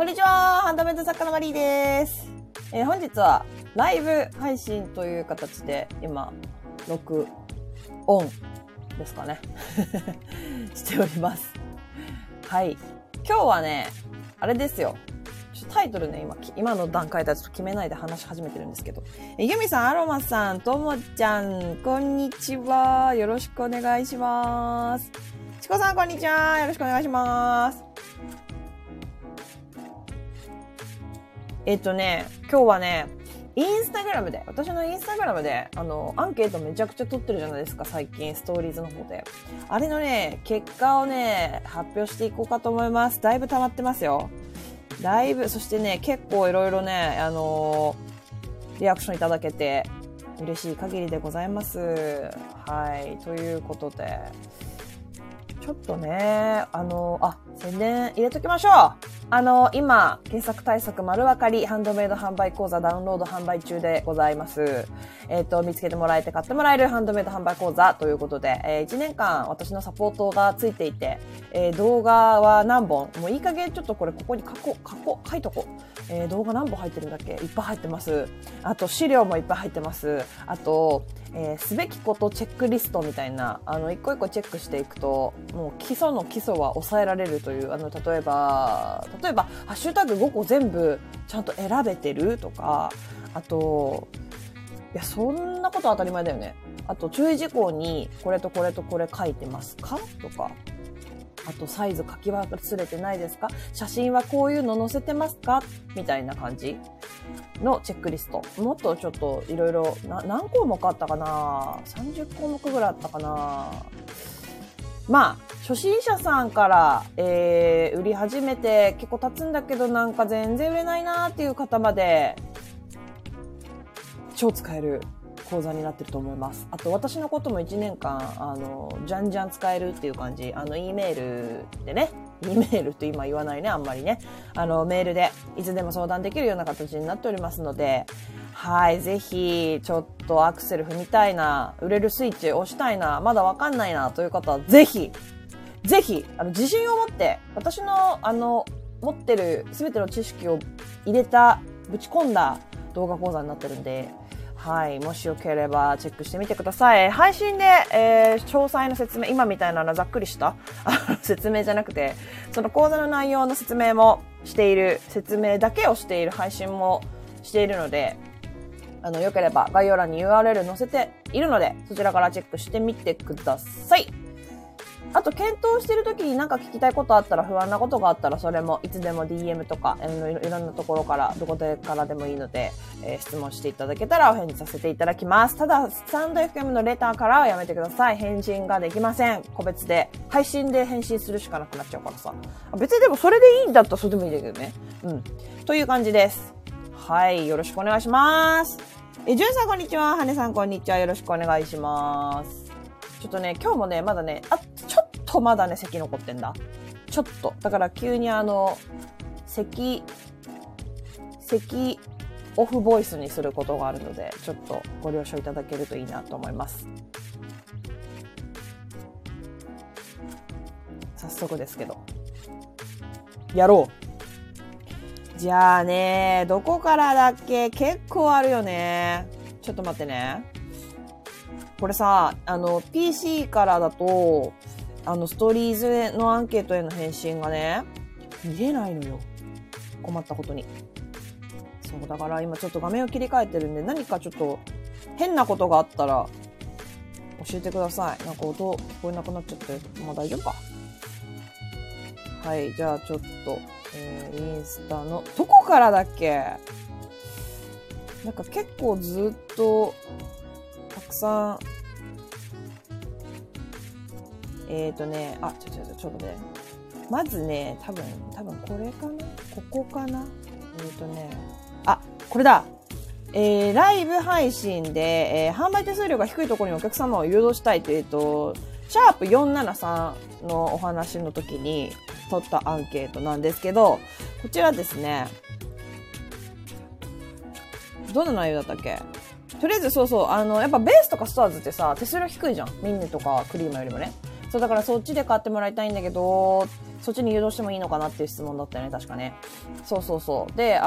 こんにちは、ハンドメイド作家のマリーです。本日はライブ配信という形で今、録音ですかね。しております。はい。今日はね、あれですよ。タイトルね、今の段階ではちょっと決めないで話し始めてるんですけど。ユミさん、アロマさん、ともちゃん、こんにちは。よろしくお願いします。チコさん、こんにちは。よろしくお願いします。今日はね、私のインスタグラムで、アンケートめちゃくちゃ取ってるじゃないですか、最近、ストーリーズの方で。あれのね、結果をね、発表していこうかと思います。だいぶ溜まってますよ。そしてね、結構いろいろね、リアクションいただけて、嬉しい限りでございます。はい、ということで、ちょっとね、宣伝入れときましょう。今、検索対策丸分かりハンドメイド販売講座ダウンロード販売中でございます。見つけてもらえて買ってもらえるハンドメイド販売講座ということで、1年間私のサポートがついていて、動画は何本もういい加減ちょっとここに書いとこう。動画何本入ってるんだっけ？いっぱい入ってます。あと資料もいっぱい入ってます。あと、すべきことチェックリストみたいな、一個一個チェックしていくと、もう基礎の基礎は抑えられるという、例えば、ハッシュタグ5個全部ちゃんと選べてるとか、あと、いや、そんなこと当たり前だよね。あと、注意事項に、これとこれとこれ書いてますかとか、あと、サイズ書き忘れてないですか？写真はこういうの載せてますか？みたいな感じのチェックリスト。もっとちょっといろいろ、何項目あったかな？ 30 項目ぐらいあったかな？まあ、初心者さんから、売り始めて結構経つんだけどなんか全然売れないなっていう方まで、超使える講座になってると思います。あと私のことも1年間、じゃんじゃん使えるっていう感じ。E メールでね、E メールって今言わないね、あんまりね。メールでいつでも相談できるような形になっておりますので、はい、ぜひ、ちょっとアクセル踏みたいな、売れるスイッチ押したいな、まだわかんないな、という方は、ぜひ、自信を持って、私の、持ってるすべての知識をぶち込んだ動画講座になってるんで、はい。もしよければチェックしてみてください。配信で、詳細の説明、今みたいなざっくりした説明じゃなくて、その講座の内容の説明だけをしている配信もしているので、よければ概要欄に URL 載せているので、そちらからチェックしてみてください。あと、検討している時に何か聞きたいことあったら、不安なことがあったら、それもいつでも DM とか、いろんなところから、どこでからでもいいので、質問していただけたらお返事させていただきます。ただ、スタンド FM のレターからはやめてください。返信ができません。個別で。配信で返信するしかなくなっちゃうからさ。別にでもそれでいいんだったらそれでもいいんだけどね。うん。という感じです。はい。よろしくお願いします。ジュンさんこんにちは。ハネさんこんにちは。よろしくお願いします。ちょっとね、今日もね、まだね、ちょっとまだね、咳残ってんだ。ちょっと。だから急に咳オフボイスにすることがあるので、ちょっとご了承いただけるといいなと思います。早速ですけど。やろう。じゃあね、どこからだっけ？結構あるよね。ちょっと待ってね。これさ、PC からだと、ストーリーズのアンケートへの返信がね、見れないのよ。困ったことに。そう、だから今ちょっと画面を切り替えてるんで、何かちょっと変なことがあったら、教えてください。なんか音聞こえなくなっちゃって、まあ大丈夫か。はい、じゃあちょっと、インスタの、どこからだっけ？なんか結構ずっと、たくさん、ちょっとね。まずね、多分これかな？ここかな？これだ！ライブ配信で、販売手数料が低いところにお客様を誘導したいというシャープ473のお話の時に取ったアンケートなんですけど、こちらですね、どんな内容だったっけ？とりあえずやっぱベースとかスターズってさ、手数料低いじゃん。ミンネとかクリーマよりもね。 そう、だからそっちで買ってもらいたいんだけど、そっちに誘導してもいいのかなっていう質問だったよね、確かね。そうそうそう。で、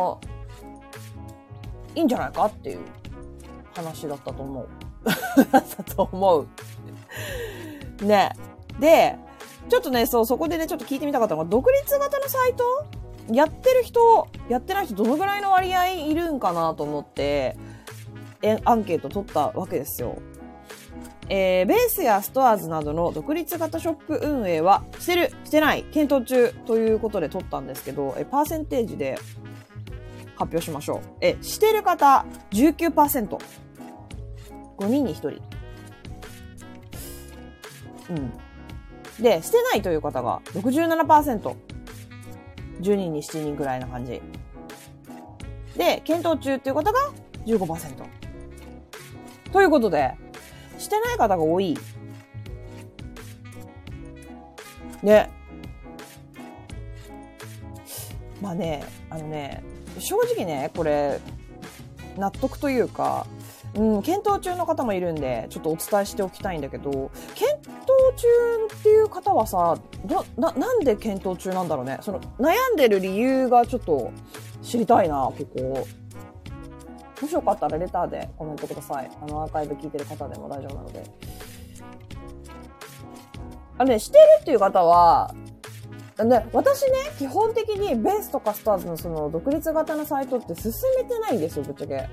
いいんじゃないかっていう話だったと思う。だったと思う。ね。で、ちょっとね、そう、そこでね、ちょっと聞いてみたかったのが、独立型のサイトやってる人、やってない人どのぐらいの割合いるんかなと思って、アンケート取ったわけですよ。ベースやストアーズなどの独立型ショップ運営はしてる、してない、検討中ということで取ったんですけど、パーセンテージで発表しましょう。してる方 19%。5人に1人。うん。で、してないという方が 67%。10人に7人くらいな感じ。で、検討中っていう方が 15%。ということで、してない方が多い。ね。まあね、正直ね、これ、納得というか、検討中の方もいるんで、ちょっとお伝えしておきたいんだけど、検討中っていう方はさ、なんで検討中なんだろうね。その、悩んでる理由がちょっと知りたいな、ここ。もしよかったらレターでコメントください。アーカイブ聞いてる方でも大丈夫なので。してるっていう方は、私ね、基本的にベースとかスターズのその独立型のサイトって進めてないんですよ、ぶっちゃけ。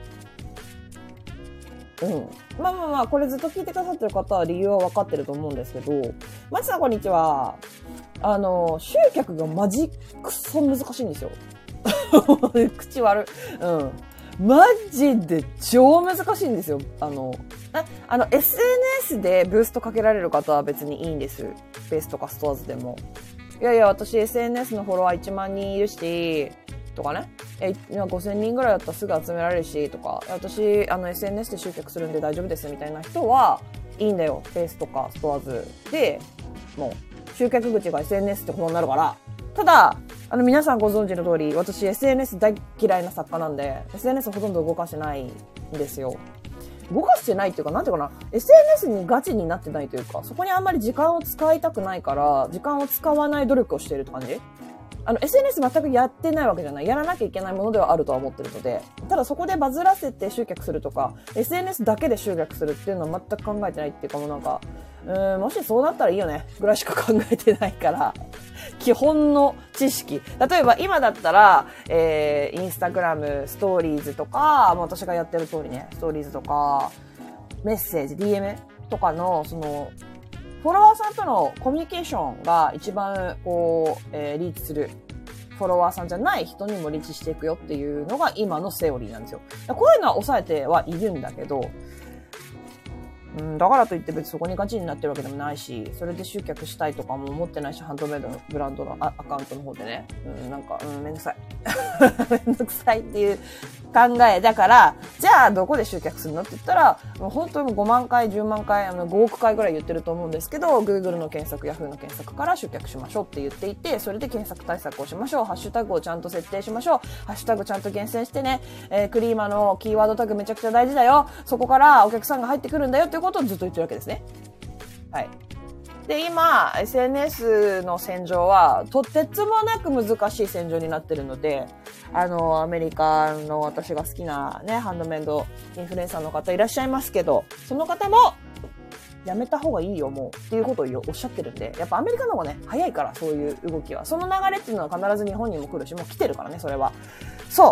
まあ、これずっと聞いてくださってる方は理由は分かってると思うんですけど、まちさんこんにちは。集客がマジクソ難しいんですよ。口悪い。マジで超難しいんですよ。SNS でブーストかけられる方は別にいいんです。ベースとかストアーズでも。いやいや、私 SNS のフォロワー1万人いるし、とかね。5000人ぐらいだったらすぐ集められるし、とか。私、SNS で集客するんで大丈夫です、みたいな人はいいんだよ。ベースとかストアーズで、もう、集客口が SNS ってことになるから。ただ、皆さんご存知の通り、私 SNS 大嫌いな作家なんで、SNS ほとんど動かしてないんですよ。動かしてないっていうか、なんていうかな、SNS にガチになってないというか、そこにあんまり時間を使いたくないから、時間を使わない努力をしているって感じ？SNS 全くやってないわけじゃない。やらなきゃいけないものではあるとは思ってるので、ただそこでバズらせて集客するとか、SNS だけで集客するっていうのは全く考えてないっていうか、もうなんか、もしそうなったらいいよね、ぐらいしか考えてないから、基本の知識。例えば今だったら、インスタグラム、ストーリーズとか、私がやってる通りね、ストーリーズとか、メッセージ、DM とかの、その、フォロワーさんとのコミュニケーションが一番、こう、リーチする。フォロワーさんじゃない人にもリーチしていくよっていうのが今のセオリーなんですよ。こういうのは抑えてはいるんだけど、だからといって別にそこにガチになってるわけでもないし、それで集客したいとかも思ってないし、ハンドメイドのブランドのアカウントの方でね、めんどくさい。めんどくさいっていう考えだから、じゃあどこで集客するのって言ったら、もう本当に5万回、10万回、5億回ぐらい言ってると思うんですけど、Google の検索、Yahoo の検索から集客しましょうって言っていて、それで検索対策をしましょう。ハッシュタグをちゃんと設定しましょう。ハッシュタグちゃんと厳選してね、クリーマのキーワードタグめちゃくちゃ大事だよ。そこからお客さんが入ってくるんだよっていうことをずっと言ってるわけですね。はい。で、今、SNS の戦場は、とてつもなく難しい戦場になってるので、アメリカの私が好きなね、ハンドメイドインフルエンサーの方いらっしゃいますけど、その方も、やめた方がいいよ、もう、っていうことをおっしゃってるんで、やっぱアメリカの方がね、早いから、そういう動きは。その流れっていうのは必ず日本にも来るし、もう来てるからね、それは。そう。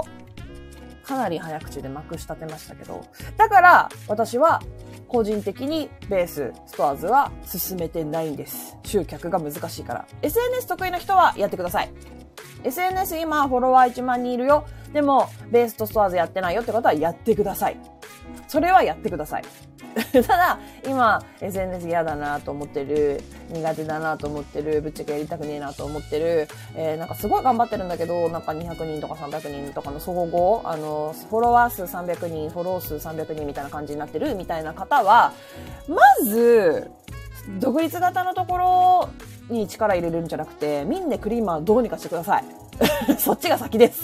かなり早口でまくし立てましたけど。だから、私は、個人的にベース、ストアーズは進めてないんです。集客が難しいから。SNS 得意な人はやってください。SNS 今フォロワー1万人いるよ。でも、ベースとストアーズやってないよって方はやってください。それはやってください。ただ、今、SNS 嫌だなと思ってる、苦手だなと思ってる、ぶっちゃけやりたくねえなと思ってる、なんかすごい頑張ってるんだけど、なんか200人とか300人とかの総合、フォロワー数300人、フォロー数300人みたいな感じになってるみたいな方は、まず、独立型のところに力入れるんじゃなくて、ミンネクリーマーどうにかしてください。そっちが先です。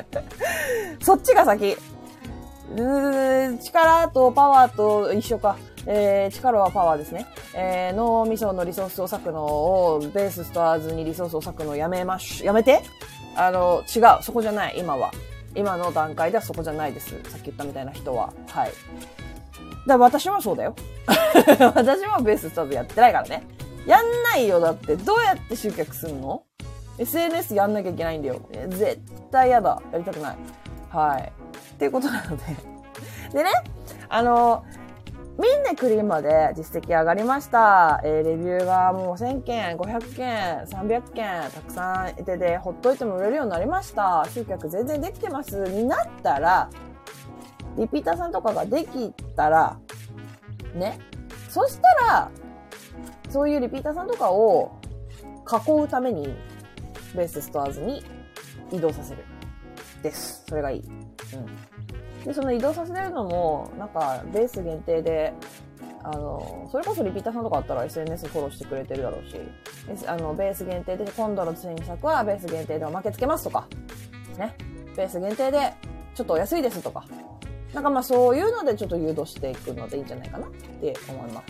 そっちが先。力とパワーと一緒か。 力はパワーですね。脳みそのリソースを割くのを、ベースストアーズにリソースを割くのをやめて。違う。そこじゃない、今は。今の段階ではそこじゃないです。さっき言ったみたいな人は。はい。だから私はそうだよ。私はベースストアーズやってないからね。やんないよ。だって、どうやって集客すんの？ SNS やんなきゃいけないんだよ。絶対やだ。やりたくない。はい。っていうことなので。でね、みんなクリームで実績上がりました。レビューがもう1000件、500件、300件、たくさんいてで、ほっといても売れるようになりました。集客全然できてます。になったら、リピーターさんとかができたら、ね。そしたら、そういうリピーターさんとかを囲うために、ベースストアーズに移動させる。です。それがいい。で、その移動させるのも、なんか、ベース限定で、それこそリピーターさんとかあったら SNS フォローしてくれてるだろうし、ベース限定で、今度の新作はベース限定でおまけつけますとか、ね。ベース限定で、ちょっとお安いですとか、なんかまあそういうのでちょっと誘導していくのでいいんじゃないかなって思います。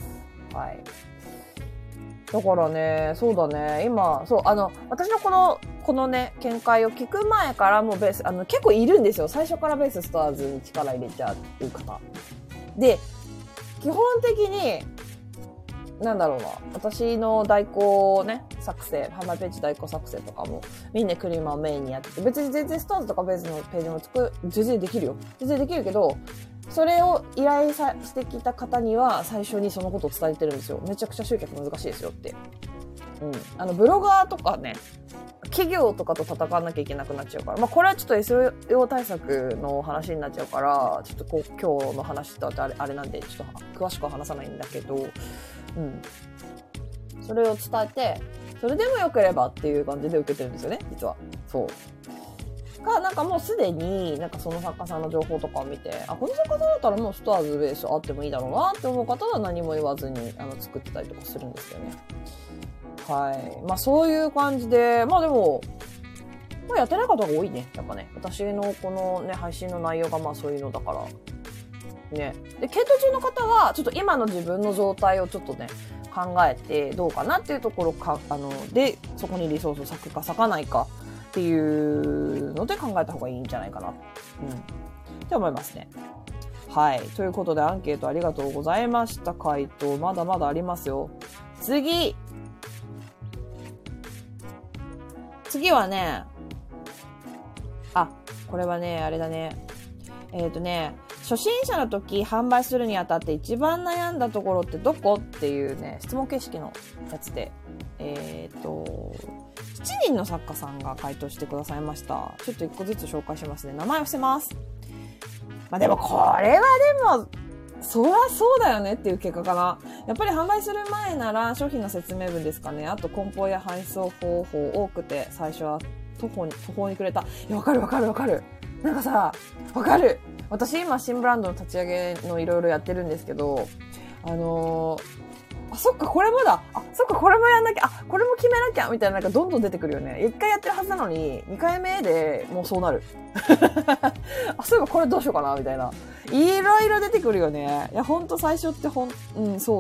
はい。だからね、そうだね、今、そう、私のこのね、見解を聞く前からもうベース、結構いるんですよ。最初からベースストアーズに力入れちゃう方。で、基本的に、なんだろうな、私の代行ね、作成、販売ページ代行作成とかも、みんなクリーマーをメインにやってて、別に全然ストアーズとかベースのページも全然できるよ。全然できるけど、それを依頼してきた方には最初にそのことを伝えてるんですよ。めちゃくちゃ集客難しいですよって。ブロガーとかね、企業とかと戦わなきゃいけなくなっちゃうから。まあこれはちょっと SEO 対策の話になっちゃうから、ちょっと今日の話とあれなんで、ちょっと詳しくは話さないんだけど、それを伝えて、それでもよければっていう感じで受けてるんですよね、実は。そう。なんかもうすでに、なんかその作家さんの情報とかを見て、この作家さんだったらもうストアーズベースあってもいいだろうなって思う方は何も言わずに、作ってたりとかするんですよね。はい。まあそういう感じで、まあでも、まあやってない方が多いね。やっぱね。私のこのね、配信の内容がまあそういうのだから。ね。で、検討中の方は、ちょっと今の自分の状態をちょっとね、考えてどうかなっていうところで、そこにリソースを割くか割かないかっていうので考えた方がいいんじゃないかな。って思いますね。はい。ということでアンケートありがとうございました。回答まだまだありますよ。次はね、これはね、あれだね。初心者の時販売するにあたって一番悩んだところってどこっていうね、質問形式のやつで、7人の作家さんが回答してくださいました。ちょっと1個ずつ紹介しますね。名前を伏せます。まあでもこれはでも、そりゃそうだよねっていう結果かな。やっぱり販売する前なら商品の説明文ですかね。あと梱包や配送方法多くて、最初は途方に暮れた。いや、わかる。なんかさ、わかる。私今新ブランドの立ち上げのいろいろやってるんですけど、そっか、これもだ。そっか、これもやんなきゃ。これも決めなきゃ。みたいな、なんかどんどん出てくるよね。1回やってるはずなのに、2回目でもうそうなる。そういえばこれどうしようかなみたいな。いろいろ出てくるよね。いや、ほんと最初ってそう。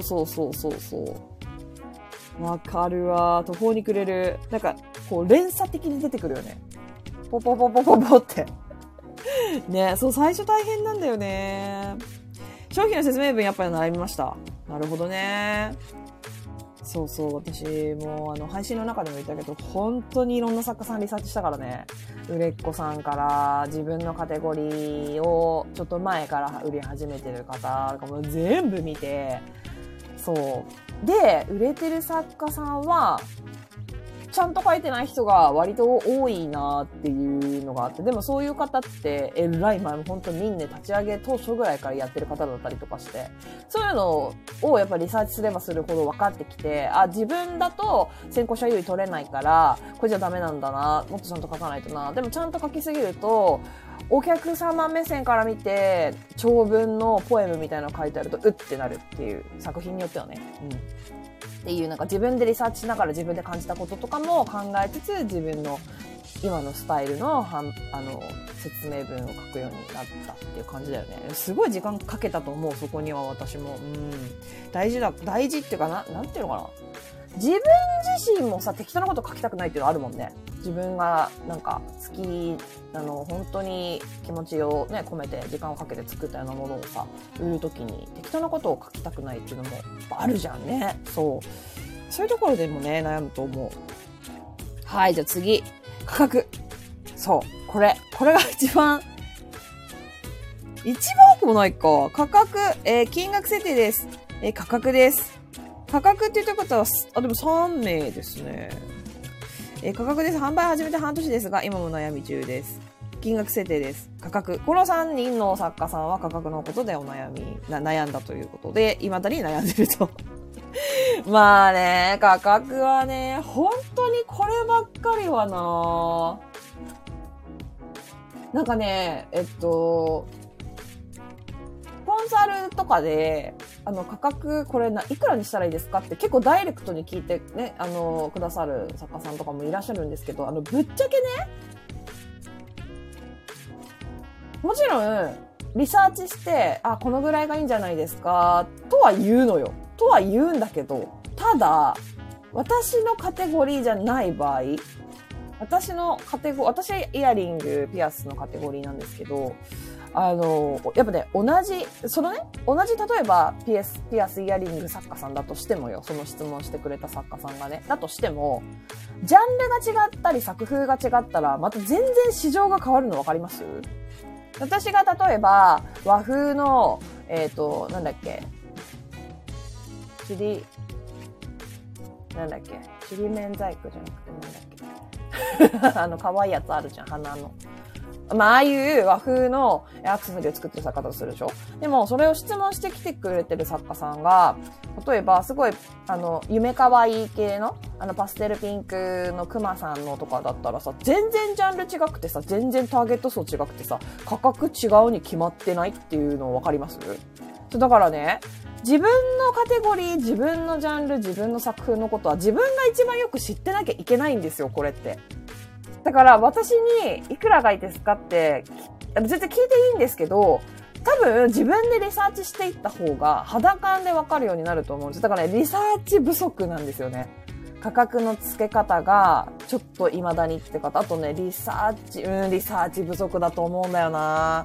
わかるわ。途方に暮れる。なんか、こう、連鎖的に出てくるよね。ポポポポポポって。ね、そう、最初大変なんだよね。商品の説明文やっぱり並びました。なるほどね。そう、私も配信の中でも言ったけど、本当にいろんな作家さんリサーチしたからね。売れっ子さんから自分のカテゴリーをちょっと前から売り始めてる方とかも全部見て、そう。で、売れてる作家さんは、ちゃんと書いてない人が割と多いなっていうのがあって、でもそういう方ってえらい前も本当にみんな立ち上げ当初ぐらいからやってる方だったりとかして、そういうのをやっぱりリサーチすればするほど分かってきて、自分だと先行者優位取れないから、これじゃダメなんだな、もっとちゃんと書かないとな。でもちゃんと書きすぎると、お客様目線から見て長文のポエムみたいなの書いてあるとうってなるっていう、作品によってはね。っていうなんか自分でリサーチしながら自分で感じたこととかも考えつつ自分の今のスタイルの説明文を書くようになったっていう感じだよね。すごい時間かけたと思う、そこには私も。大事っていうかなんていうのかな。自分自身もさ、適当なこと書きたくないっていうのあるもんね。自分がなんか好き、本当に気持ちをね、込めて時間をかけて作ったようなものをさ、売るときに適当なことを書きたくないっていうのもあるじゃんね。そういうところでもね、悩むと思う。はい、じゃあ次。価格。そう。これが一番多くもないか。価格、金額設定です。価格です。価格って言ったことは、でも3名ですね。価格です。販売始めて半年ですが、今も悩み中です。金額設定です。価格。この3人の作家さんは価格のことで悩んだということで、未だに悩んでると。まあね、価格はね、本当にこればっかりはなんかね、コンサルとかで、価格これいくらにしたらいいですかって結構ダイレクトに聞いてね、くださる作家さんとかもいらっしゃるんですけど、ぶっちゃけね、もちろん、リサーチして、このぐらいがいいんじゃないですか、とは言うのよ。とは言うんだけど、ただ、私のカテゴリーじゃない場合、私はイヤリング、ピアスのカテゴリーなんですけど、やっぱね、同じ、例えば、ピアスイヤリング作家さんだとしてもよ、その質問してくれた作家さんがね、だとしても、ジャンルが違ったり作風が違ったら、また全然市場が変わるの分かります？私が例えば、和風の、なんだっけ、ちりめん細工じゃなくてなんだっけ可愛いやつあるじゃん、花の。ああいう和風のアクセサリーを作ってる作家だとするでしょ。でも、それを質問してきてくれてる作家さんが、例えば、すごい、夢かわいい系の、パステルピンクのクマさんのとかだったらさ、全然ジャンル違くてさ、全然ターゲット層違くてさ、価格違うに決まってないっていうの分かります？だからね、自分のカテゴリー、自分のジャンル、自分の作風のことは自分が一番よく知ってなきゃいけないんですよ、これって。だから私にいくらがいいですかって全然聞いていいんですけど、多分自分でリサーチしていった方が肌感でわかるようになると思うんです。だからね、リサーチ不足なんですよね。価格の付け方がちょっと未だにって方。あとね、リサーチ不足だと思うんだよな。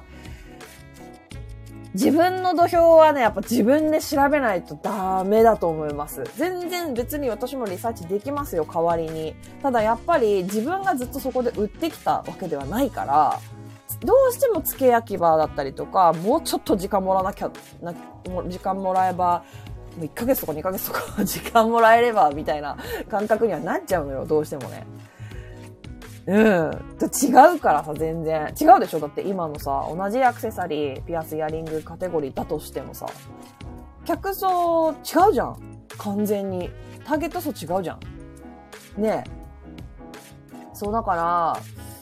自分の土俵はね、やっぱ自分で調べないとダメだと思います。全然別に私もリサーチできますよ、代わりに。ただやっぱり自分がずっとそこで売ってきたわけではないから、どうしても付け焼き場だったりとか、もうちょっと時間もらえば、もう1ヶ月とか2ヶ月とか時間もらえればみたいな感覚にはなっちゃうのよ、どうしてもね。違うからさ、全然。違うでしょ？だって今のさ、同じアクセサリー、ピアス、イヤリングカテゴリーだとしてもさ、客層違うじゃん。完全に。ターゲット層違うじゃん。ねえ。そうだから、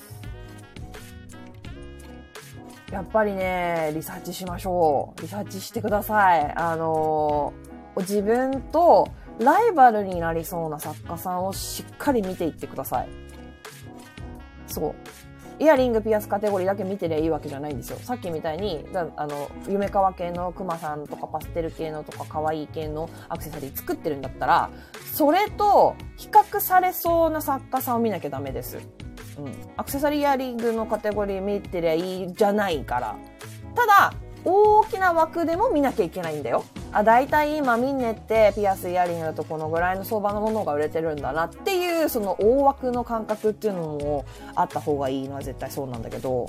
やっぱりね、リサーチしましょう。リサーチしてください。自分とライバルになりそうな作家さんをしっかり見ていってください。そう。イヤリング、ピアスカテゴリーだけ見てりゃいいわけじゃないんですよ。さっきみたいに、夢かわ系のクマさんとかパステル系のとか可愛い系のアクセサリー作ってるんだったら、それと比較されそうな作家さんを見なきゃダメです。アクセサリーイヤリングのカテゴリー見てりゃいいじゃないから。ただ、大きな枠でも見なきゃいけないんだよ。だいたい今ミンネってピアスイヤリングだとこのぐらいの相場のものが売れてるんだなっていう、その大枠の感覚っていうのもあった方がいいのは絶対そうなんだけど。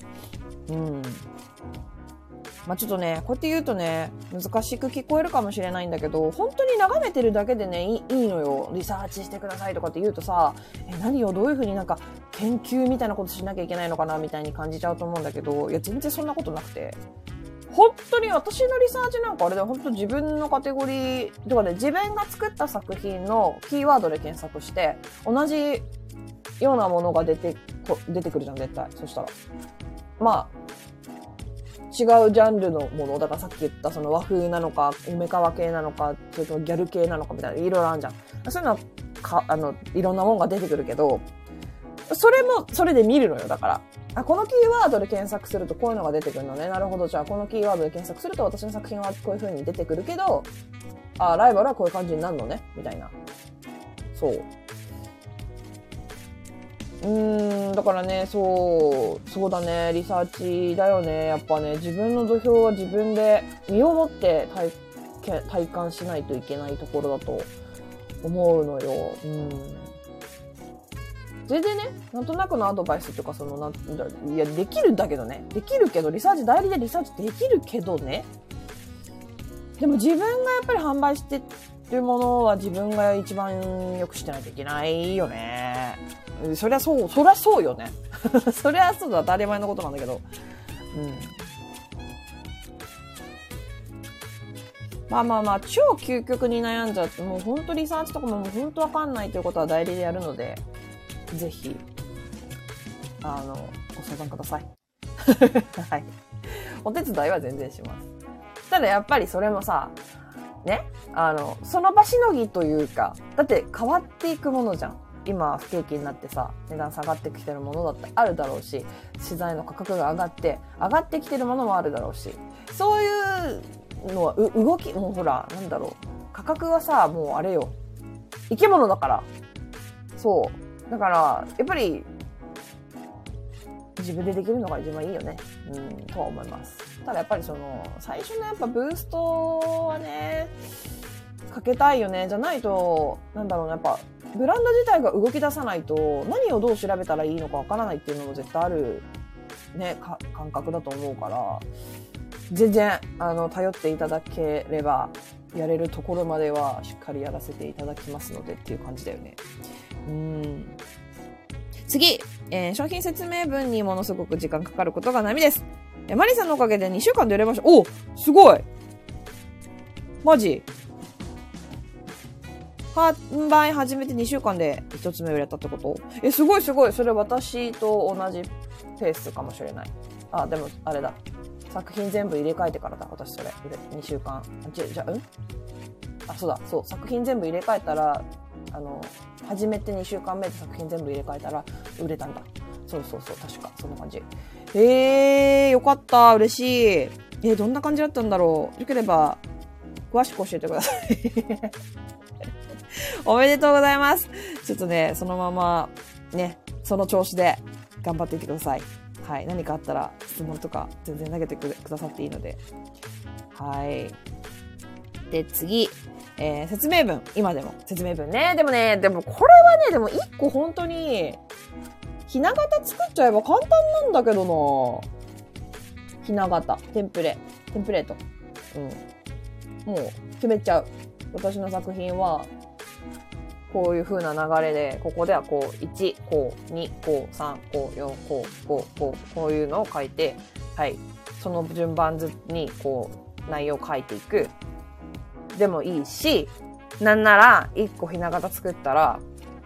ちょっとね、こうやって言うとね、難しく聞こえるかもしれないんだけど、本当に眺めてるだけでね、いいのよ。リサーチしてくださいとかって言うとさ、何よ、どういうふうになんか研究みたいなことしなきゃいけないのかなみたいに感じちゃうと思うんだけど、いや、全然そんなことなくて。本当に私のリサーチなんかあれだよ、本当自分のカテゴリーとかで自分が作った作品のキーワードで検索して、同じようなものが出てくるじゃん、絶対。そしたら。違うジャンルのもの。だからさっき言ったその和風なのか、梅川系なのか、それともギャル系なのかみたいな、いろいろあるじゃん。そういうのはいろんなものが出てくるけど、 それも、それで見るのよ、だから。あ、このキーワードで検索するとこういうのが出てくるのね。なるほど。じゃあ、このキーワードで検索すると私の作品はこういう風に出てくるけど、あ、ライバルはこういう感じになるのね。みたいな。そう。だからね、そうだね、リサーチだよね。やっぱね、自分の土俵は自分で身をもって体感しないといけないところだと思うのよ。全然ね、なんとなくのアドバイスとか、いや、できるんだけどね。できるけど、代理でリサーチできるけどね。でも自分がやっぱり販売してるものは自分が一番よくしてないといけないよね。そりゃそうよね。そりゃそうだ、当たり前のことなんだけど。まあ、超究極に悩んじゃって、もうほんとリサーチとかもほんとわかんないということは代理でやるので、ぜひ、ご相談ください。はい。お手伝いは全然します。ただやっぱりそれもさ、ね、その場しのぎというか、だって変わっていくものじゃん。今不景気になってさ、値段下がってきてるものだってあるだろうし、資材の価格が上がってきてるものもあるだろうし、そういうのは動き、もうほら、なんだろう、価格はさ、もうあれよ、生き物だから。そう。だから、やっぱり、自分でできるのが一番いいよね。とは思います。ただやっぱり最初のやっぱブーストはね、かけたいよね。じゃないと、なんだろうな、やっぱ、ブランド自体が動き出さないと、何をどう調べたらいいのかわからないっていうのも絶対ある、ね、感覚だと思うから、全然、頼っていただければ、やれるところまではしっかりやらせていただきますのでっていう感じだよね。次、商品説明文にものすごく時間かかることが悩みです。マリさんのおかげで2週間で売れました。お、すごい。マジ販売始めて2週間で1つ目売れたってこと？すごい。それ私と同じペースかもしれない。あ、でも、あれだ。作品全部入れ替えてからだ。私それ。2週間。そう。作品全部入れ替えたら、始めて2週間目で作品全部入れ替えたら売れたんだ。そう。確か。そんな感じ。よかった。嬉しい。どんな感じだったんだろう。よければ、詳しく教えてください。おめでとうございます。ちょっとね、そのまま、ね、その調子で頑張っていってください。はい。何かあったら質問とか全然投げてくださっていいので。はい。で、次。説明文。今でも。説明文ね。でもこれはね、でも一個本当に、ひな形作っちゃえば簡単なんだけどな。ひな形。テンプレート。もう決めちゃう。私の作品は、こういう風な流れで、ここではこう、1、こう、2、こう、3、こう、4、こういうのを書いて、はい。その順番に、こう、内容を書いていく。でもいいし、なんなら、1個ひな形作ったら、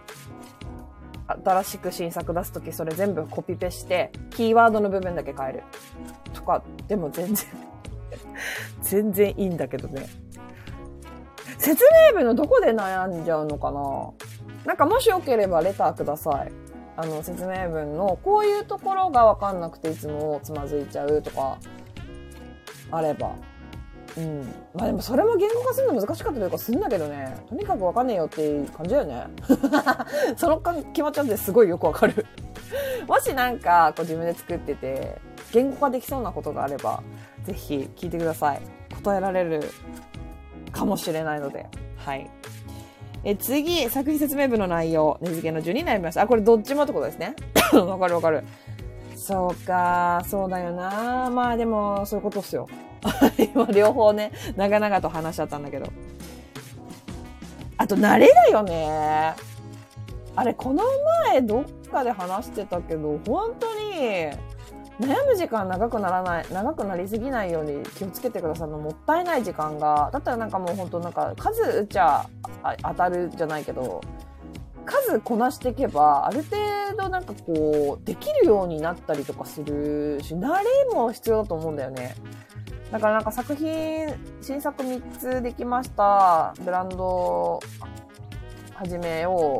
新しく新作出すときそれ全部コピペして、キーワードの部分だけ変える。とか、でも全然いいんだけどね。説明文のどこで悩んじゃうのかな？なんかもしよければレターください。説明文のこういうところがわかんなくていつもつまずいちゃうとか、あれば。まあでもそれも言語化するの難しかったというかすんだけどね。とにかくわかんねえよっていう感じだよね。その気持ちってすごいよくわかる。もしなんかこう自分で作ってて、言語化できそうなことがあれば、ぜひ聞いてください。答えられるかもしれないので。はい。次、作品説明文の内容、値付けの順になりました。これどっちもってことですね。わかる。そうか、そうだよな。まあでも、そういうことっすよ。今両方ね、長々と話しちゃったんだけど。あと、慣れだよね。あれ、この前どっかで話してたけど、本当に、悩む時間長くなりすぎないように気をつけてください。もったいない時間が。だったらなんかもう本当なんか数打っちゃ当たるじゃないけど、数こなしていけば、ある程度なんかこう、できるようになったりとかするし、慣れも必要だと思うんだよね。だからなんか新作3つできました。ブランド始めよう。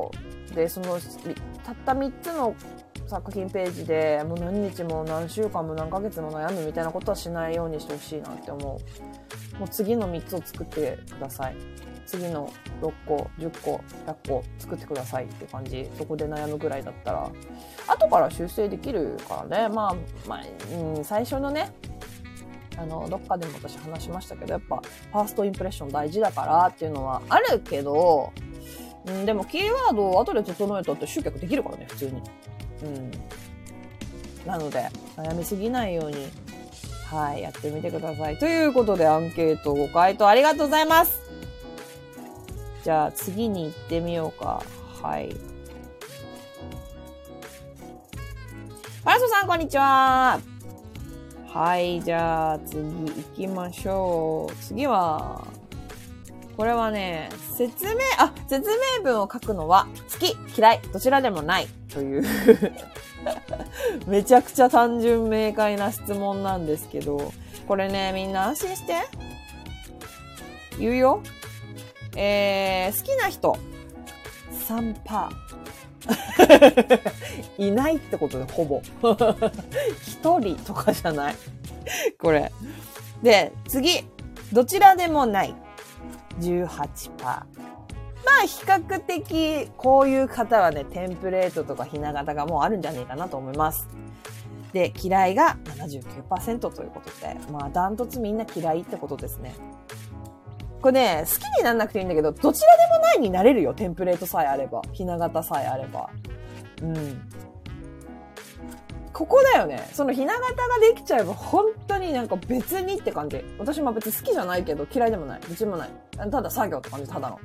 で、たった3つの作品ページでもう何日も何週間も何ヶ月も悩むみたいなことはしないようにしてほしいなって思う。もう次の3つを作ってください。次の6個、10個、100個作ってくださいっていう感じ。そこで悩むぐらいだったら、後から修正できるからね。最初のね、どっかでも私話しましたけど、やっぱ、ファーストインプレッション大事だからっていうのはあるけど、でもキーワードを後で整えたって集客できるからね、普通に。なので、悩みすぎないように、はい、やってみてください。ということで、アンケートご回答ありがとうございます。じゃあ、次に行ってみようか。はい。パラソさん、こんにちは。はい、じゃあ、次行きましょう。次は、これはね、説明文を書くのは好き、嫌い、どちらでもないというめちゃくちゃ単純明快な質問なんですけど、これね、みんな安心して。言うよ。好きな人、3%。いないってことで、ほぼ。一人とかじゃない。これ。で、次。どちらでもない。18%。比較的、こういう方はね、テンプレートとかひな形がもうあるんじゃねえかなと思います。で、嫌いが 79% ということで、ダントツみんな嫌いってことですね。これね、好きにならなくていいんだけど、どちらでもないになれるよ。テンプレートさえあれば。ひな形さえあれば。ここだよね。そのひな形ができちゃえば本当になんか別にって感じ。私も別に好きじゃないけど嫌いでもない。どっちもない。ただ作業って感じ、ただの。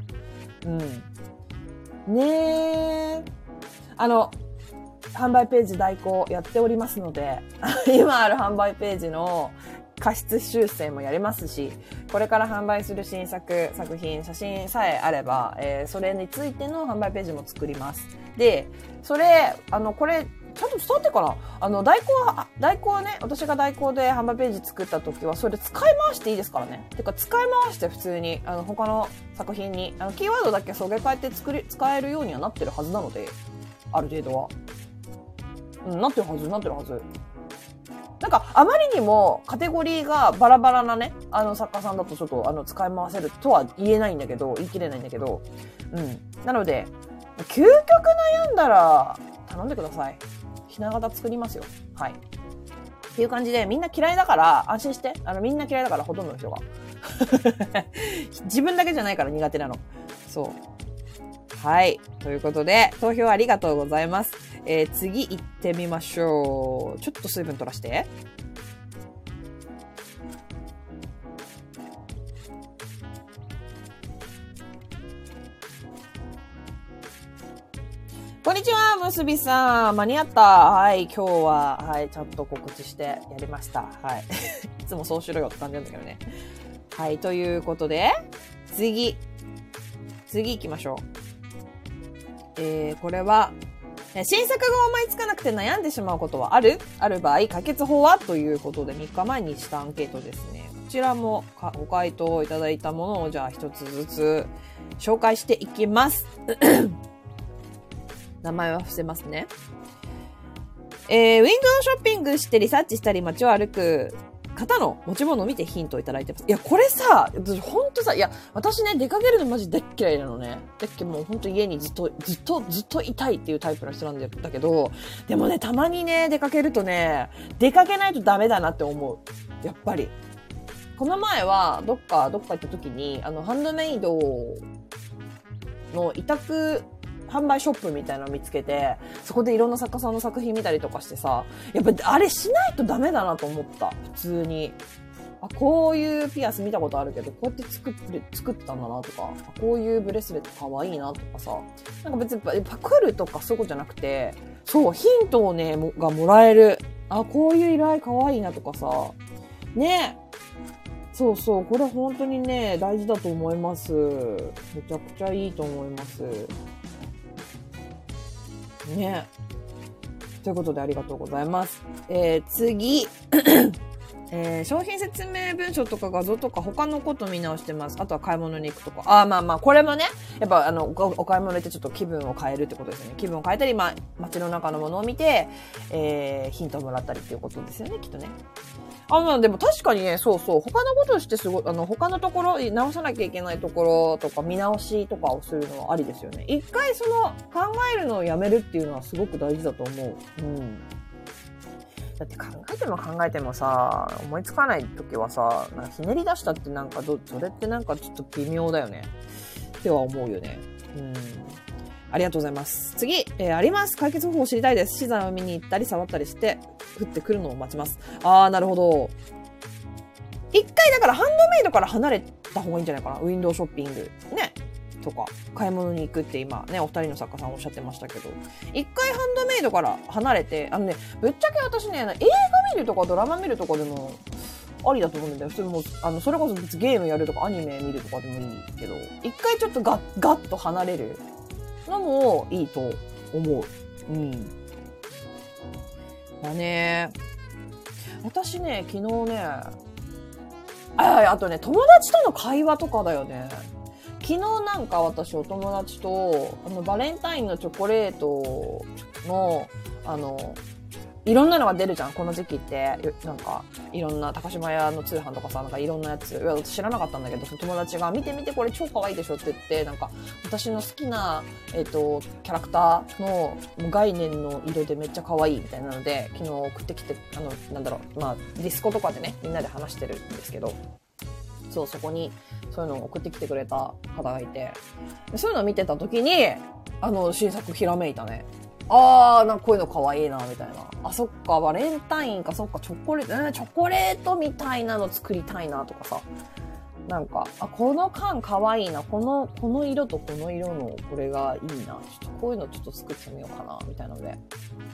ねえ。販売ページ代行やっておりますので、今ある販売ページの過失修正もやりますし、これから販売する新作品、写真さえあれば、それについての販売ページも作ります。で、これ、ちゃんと伝わってるかな？代行はね、私が代行で販売ページ作った時は、それ使い回していいですからね。てか、使い回して普通に、他の作品に、キーワードだけそげ替えて使えるようにはなってるはずなので、ある程度は。なってるはず。なんか、あまりにもカテゴリーがバラバラなね、作家さんだとちょっと使い回せるとは言い切れないんだけど、なので、究極悩んだら頼んでください。ひな形作りますよ。はい。っていう感じで、みんな嫌いだから安心して。みんな嫌いだからほとんどの人が。自分だけじゃないから苦手なの。そう。はい。ということで、投票ありがとうございます。次行ってみましょう。ちょっと水分取らして。こんにちは、むすびさん。間に合った。はい、今日は、はい、ちゃんと告知してやりました。はい。いつもそうしろよって感じなんだけどね。はい、ということで、次行きましょう。これは、新作が思いつかなくて悩んでしまうことはある場合、解決法はということで3日前にしたアンケートですね。こちらもご回答いただいたものをじゃあ一つずつ紹介していきます。名前は伏せますね。ウィンドウショッピングしてリサーチしたり街を歩く方の持ち物を見てヒントをいただいてます。いや、これさ、ほんとさ、いや、私ね、出かけるのマジでっ嫌いなのね。もうほんと家にずっといたいっていうタイプの人なんだけど、でもね、たまにね、出かけるとね、出かけないとダメだなって思う。やっぱり。この前は、どっか行った時に、ハンドメイドの委託販売ショップみたいなの見つけて、そこでいろんな作家さんの作品見たりとかしてさ、やっぱあれしないとダメだなと思った。普通に。こういうピアス見たことあるけど、こうやって作ってたんだなとか、こういうブレスレット可愛いなとかさ、なんか別にパクるとかそういうことじゃなくて、そう、ヒントをね、がもらえる。こういう依頼可愛いなとかさ、ね。そうそう、これ本当にね、大事だと思います。めちゃくちゃいいと思います。ね。ということでありがとうございます。次。 商品説明文章とか画像とか他のこと見直してます。あとは買い物に行くとか。まあ、これもね、やっぱお買い物行ってちょっと気分を変えるってことですよね。気分を変えたり、街の中のものを見て、ヒントをもらったりっていうことですよね、きっとね。でも確かにね、そうそう、他のことをしてすごい、他のところ、直さなきゃいけないところとか、見直しとかをするのはありですよね。一回考えるのをやめるっていうのはすごく大事だと思う。だって考えてもさ、思いつかないときはさ、なんかひねり出したってそれってなんかちょっと微妙だよね。っては思うよね。ありがとうございます。次、あります。解決方法を知りたいです。資材を見に行ったり触ったりして、降ってくるのを待ちます。なるほど。一回だからハンドメイドから離れた方がいいんじゃないかな。ウィンドウショッピング。ね。とか、買い物に行くって今ね、お二人の作家さんおっしゃってましたけど、一回ハンドメイドから離れて、ぶっちゃけ私ね、映画見るとかドラマ見るとかでも、ありだと思うんだよ。それも、それこそ別にゲームやるとかアニメ見るとかでもいいけど、一回ちょっとガッと離れるのもいいと思う。だね。私ね、昨日ね、あとね、友達との会話とかだよね。昨日なんか私お友達と、バレンタインのチョコレートの、いろんなのが出るじゃん、この時期って。なんか、いろんな、高島屋の通販とかさ、なんかいろんなやつ。私知らなかったんだけど、その友達が、見てこれ超可愛いでしょって言って、なんか、私の好きな、キャラクターの概念の色でめっちゃ可愛いみたいなので、昨日送ってきて、ディスコとかでね、みんなで話してるんですけど、そう、そこに、そういうのを送ってきてくれた方がいて、そういうのを見てた時に、新作ひらめいたね。なんかこういうの可愛いな、みたいな。そっか、バレンタインか、そっか、チョコレートみたいなの作りたいな、とかさ。なんか、この缶可愛いな、この色とこの色のこれがいいな。ちょっとこういうのちょっと作ってみようかな、みたいなので。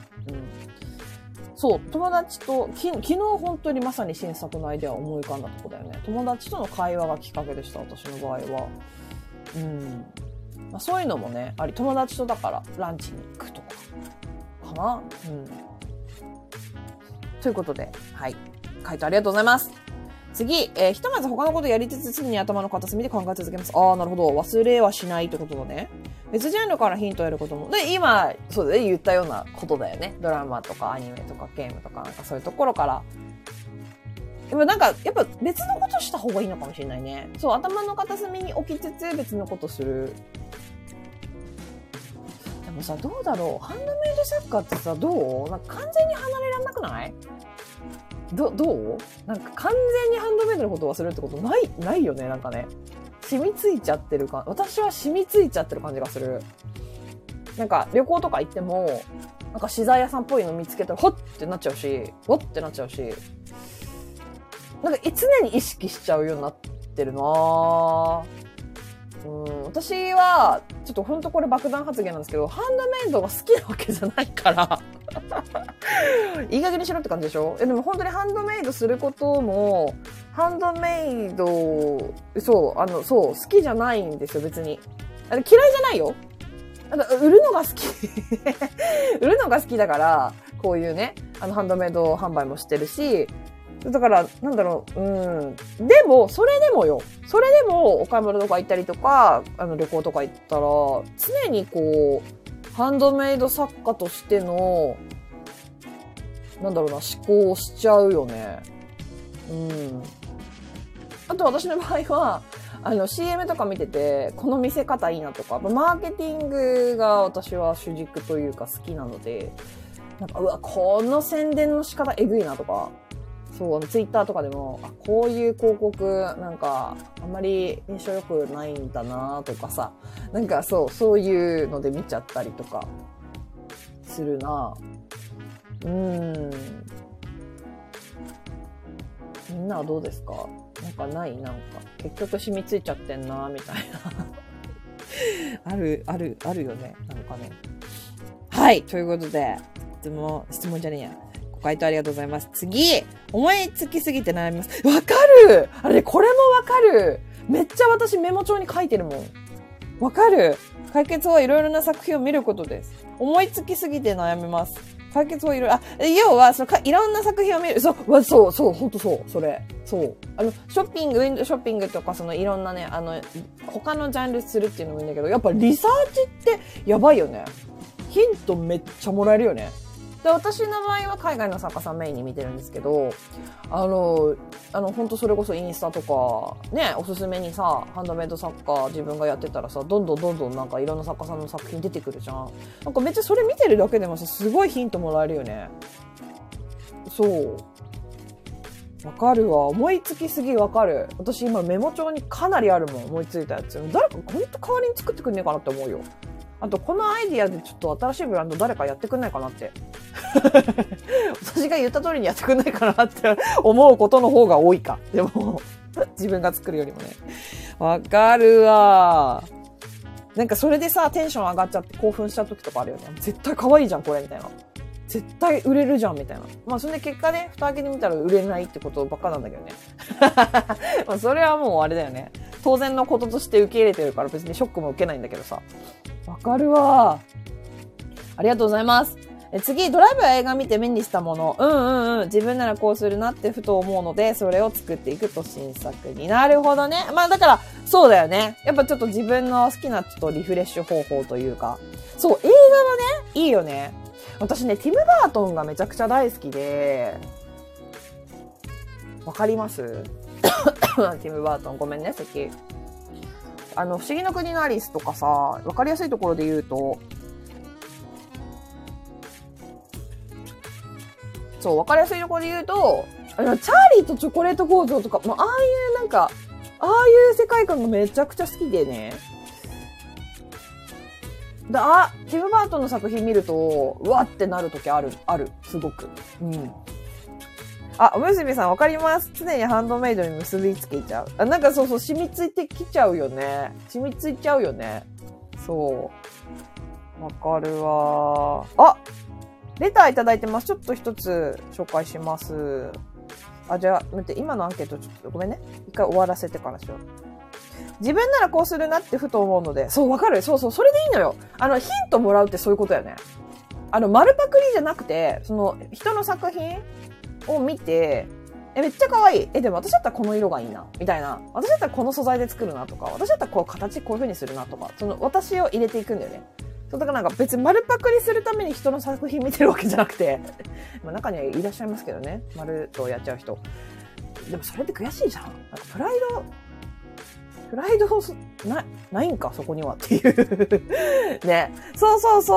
そう、友達と、昨日本当にまさに新作のアイデアを思い浮かんだとこだよね。友達との会話がきっかけでした、私の場合は。そういうのもね、友達とだからランチに行くとか、かな。ということで、はい。回答ありがとうございます。次、ひとまず他のことやりつつ常に頭の片隅で考え続けます。なるほど。忘れはしないってことだね。別ジャンルからヒントを得ることも。で、今、そうだね、言ったようなことだよね。ドラマとかアニメとかゲームとかなんかそういうところから。でもなんか、やっぱ別のことした方がいいのかもしれないね。そう、頭の片隅に置きつつ別のことする。でもさ、どうだろう。ハンドメイド作家ってさ、どう？なんか完全に離れらんなくない？どう？なんか完全にハンドメイドのことを忘れるってことないよね、なんかね。染みついちゃってるか、私は染みついちゃってる感じがする。なんか旅行とか行っても、なんか資材屋さんっぽいの見つけたら、ほってなっちゃうし、ほってなっちゃうし、なんか常に意識しちゃうようになってるなぁ。私は、ちょっとほんとこれ爆弾発言なんですけど、ハンドメイドが好きなわけじゃないから、いい加減にしろって感じでしょ？でも本当にハンドメイドすることも、ハンドメイド、そう、好きじゃないんですよ、別に。嫌いじゃないよ。売るのが好き。売るのが好きだから、こういうね、ハンドメイド販売もしてるし、だから、なんだろう、でも、それでも、お買い物とか行ったりとか、旅行とか行ったら、常にこう、ハンドメイド作家としての、なんだろうな、思考をしちゃうよね。あと私の場合は、CM とか見てて、この見せ方いいなとか、マーケティングが私は主軸というか好きなので、なんか、この宣伝の仕方えぐいなとか、そう、ツイッターとかでも、こういう広告、なんか、あんまり印象良くないんだなとかさ、なんかそういうので見ちゃったりとか、するな。みんなはどうですか？なんかない？なんか、結局染みついちゃってんなみたいな。あるよね。なんかね。はい。ということで、質問じゃねえや。ご回答ありがとうございます。次、思いつきすぎて悩みます。わかる！これもわかる！めっちゃ私メモ帳に書いてるもん。わかる！解決はいろいろな作品を見ることです。思いつきすぎて悩みます。 解決をいろいろ、要は、いろんな作品を見る。そう、ほんとそう、それ。そう。ショッピング、ウィンドウショッピングとか、いろんなね、他のジャンルするっていうのもいいんだけど、やっぱリサーチってやばいよね。ヒントめっちゃもらえるよね。で、私の場合は海外の作家さんメインに見てるんですけど、ほんとそれこそインスタとか、ね、おすすめにさ、ハンドメイド作家自分がやってたらさ、どんどんなんかいろんな作家さんの作品出てくるじゃん。なんかめっちゃそれ見てるだけでもさ、すごいヒントもらえるよね。そう。わかるわ。思いつきすぎわかる。私今メモ帳にかなりあるもん、思いついたやつ。誰かほんと代わりに作ってくんねえかなって思うよ。あと、このアイディアでちょっと新しいブランド誰かやってくんないかなって。私が言った通りにやってくんないかなって思うことの方が多いか。でも、自分が作るよりもね。わかるわ。なんかそれでさ、テンション上がっちゃって興奮しちゃう時とかあるよね。絶対可愛いじゃん、これ、みたいな。絶対売れるじゃん、みたいな。まあ、それで結果ね、蓋開けてみたら売れないってことばっかなんだけどね。まあ、それはもうあれだよね。当然のこととして受け入れてるから別にショックも受けないんだけどさ。わかるわ。ありがとうございます。次、ドライブや映画見て目にしたもの。自分ならこうするなってふと思うので、それを作っていくと新作になるほどね。まあだから、そうだよね。やっぱちょっと自分の好きなちょっとリフレッシュ方法というか。そう、映画はね、いいよね。私ね、ティム・バートンがめちゃくちゃ大好きで、わかりますティム・バートン、ごめんね、席。不思議の国のアリスとかさ、わかりやすいところで言うと、そう、わかりやすいところで言うと、チャーリーとチョコレート工場とか、もうああいうなんか、ああいう世界観がめちゃくちゃ好きでね。ティム・バートンの作品見ると、うわってなるときある、すごく。うん。おむすびさんわかります。常にハンドメイドに結びつけちゃう。なんかそう、染みついてきちゃうよね。染みついちゃうよね。そう。わかるわ。レターいただいてます。ちょっと一つ紹介します。じゃあ、待って、今のアンケートちょっとごめんね。一回終わらせてからしよう。自分ならこうするなってふと思うので、そう、わかる。そう、それでいいのよ。ヒントもらうってそういうことやね。丸パクリじゃなくて、人の作品を見て、めっちゃ可愛い。でも私だったらこの色がいいな。みたいな。私だったらこの素材で作るなとか、私だったらこう形こういう風にするなとか、私を入れていくんだよね。そう、だからなんか別に丸パクリするために人の作品見てるわけじゃなくて、まあ中にはいらっしゃいますけどね。丸とやっちゃう人。でもそれって悔しいじゃん。なんかプライドないんか、そこにはっていう。ね。そう、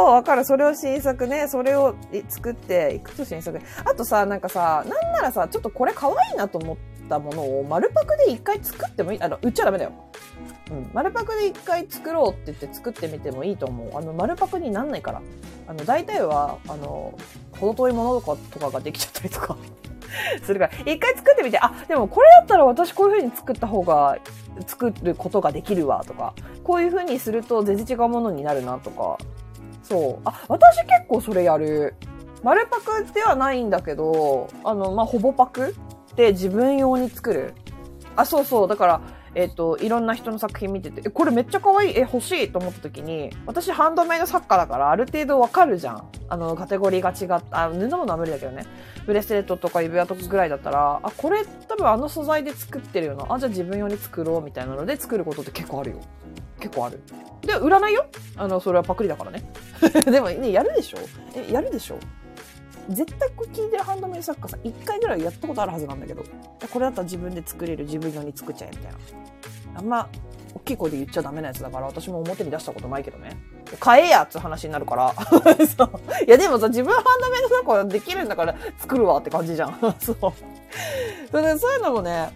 わかる。それを新作ね。それを作っていくと新作。あとさ、なんかさ、なんならさ、ちょっとこれ可愛いなと思ったものを丸パクで一回作ってもいい。売っちゃダメだよ。うん。丸パクで一回作ろうって言って作ってみてもいいと思う。丸パクになんないから。大体は、程遠いものとかができちゃったりとか。するから、一回作ってみて、でもこれだったら私こういう風に作った方が、作ることができるわとか、こういう風にすると全然違うものになるなとか。そう。私結構それやる。丸パクではないんだけど、ほぼパクで自分用に作る。そう。だから、いろんな人の作品見てて、これめっちゃ可愛い、欲しいと思った時に、私ハンドメイド作家だからある程度わかるじゃん。カテゴリーが違った、布物は無理だけどね。ブレスレットとか指輪とかぐらいだったら、これ多分素材で作ってるよな。じゃあ自分用に作ろうみたいなので作ることって結構あるよ。結構ある。で、売らないよ。それはパクリだからね。でもね、やるでしょ？やるでしょ？絶対これ聞いてるハンドメイド作家さん1回ぐらいやったことあるはずなんだけど、これだったら自分で作れる、自分用に作っちゃえみたいな。あんま大きい声で言っちゃダメなやつだから私も表に出したことないけどね。買えやって話になるから。そう。いやでもさ、自分ハンドメイド作家できるんだから作るわって感じじゃん。そう。そういうのもね、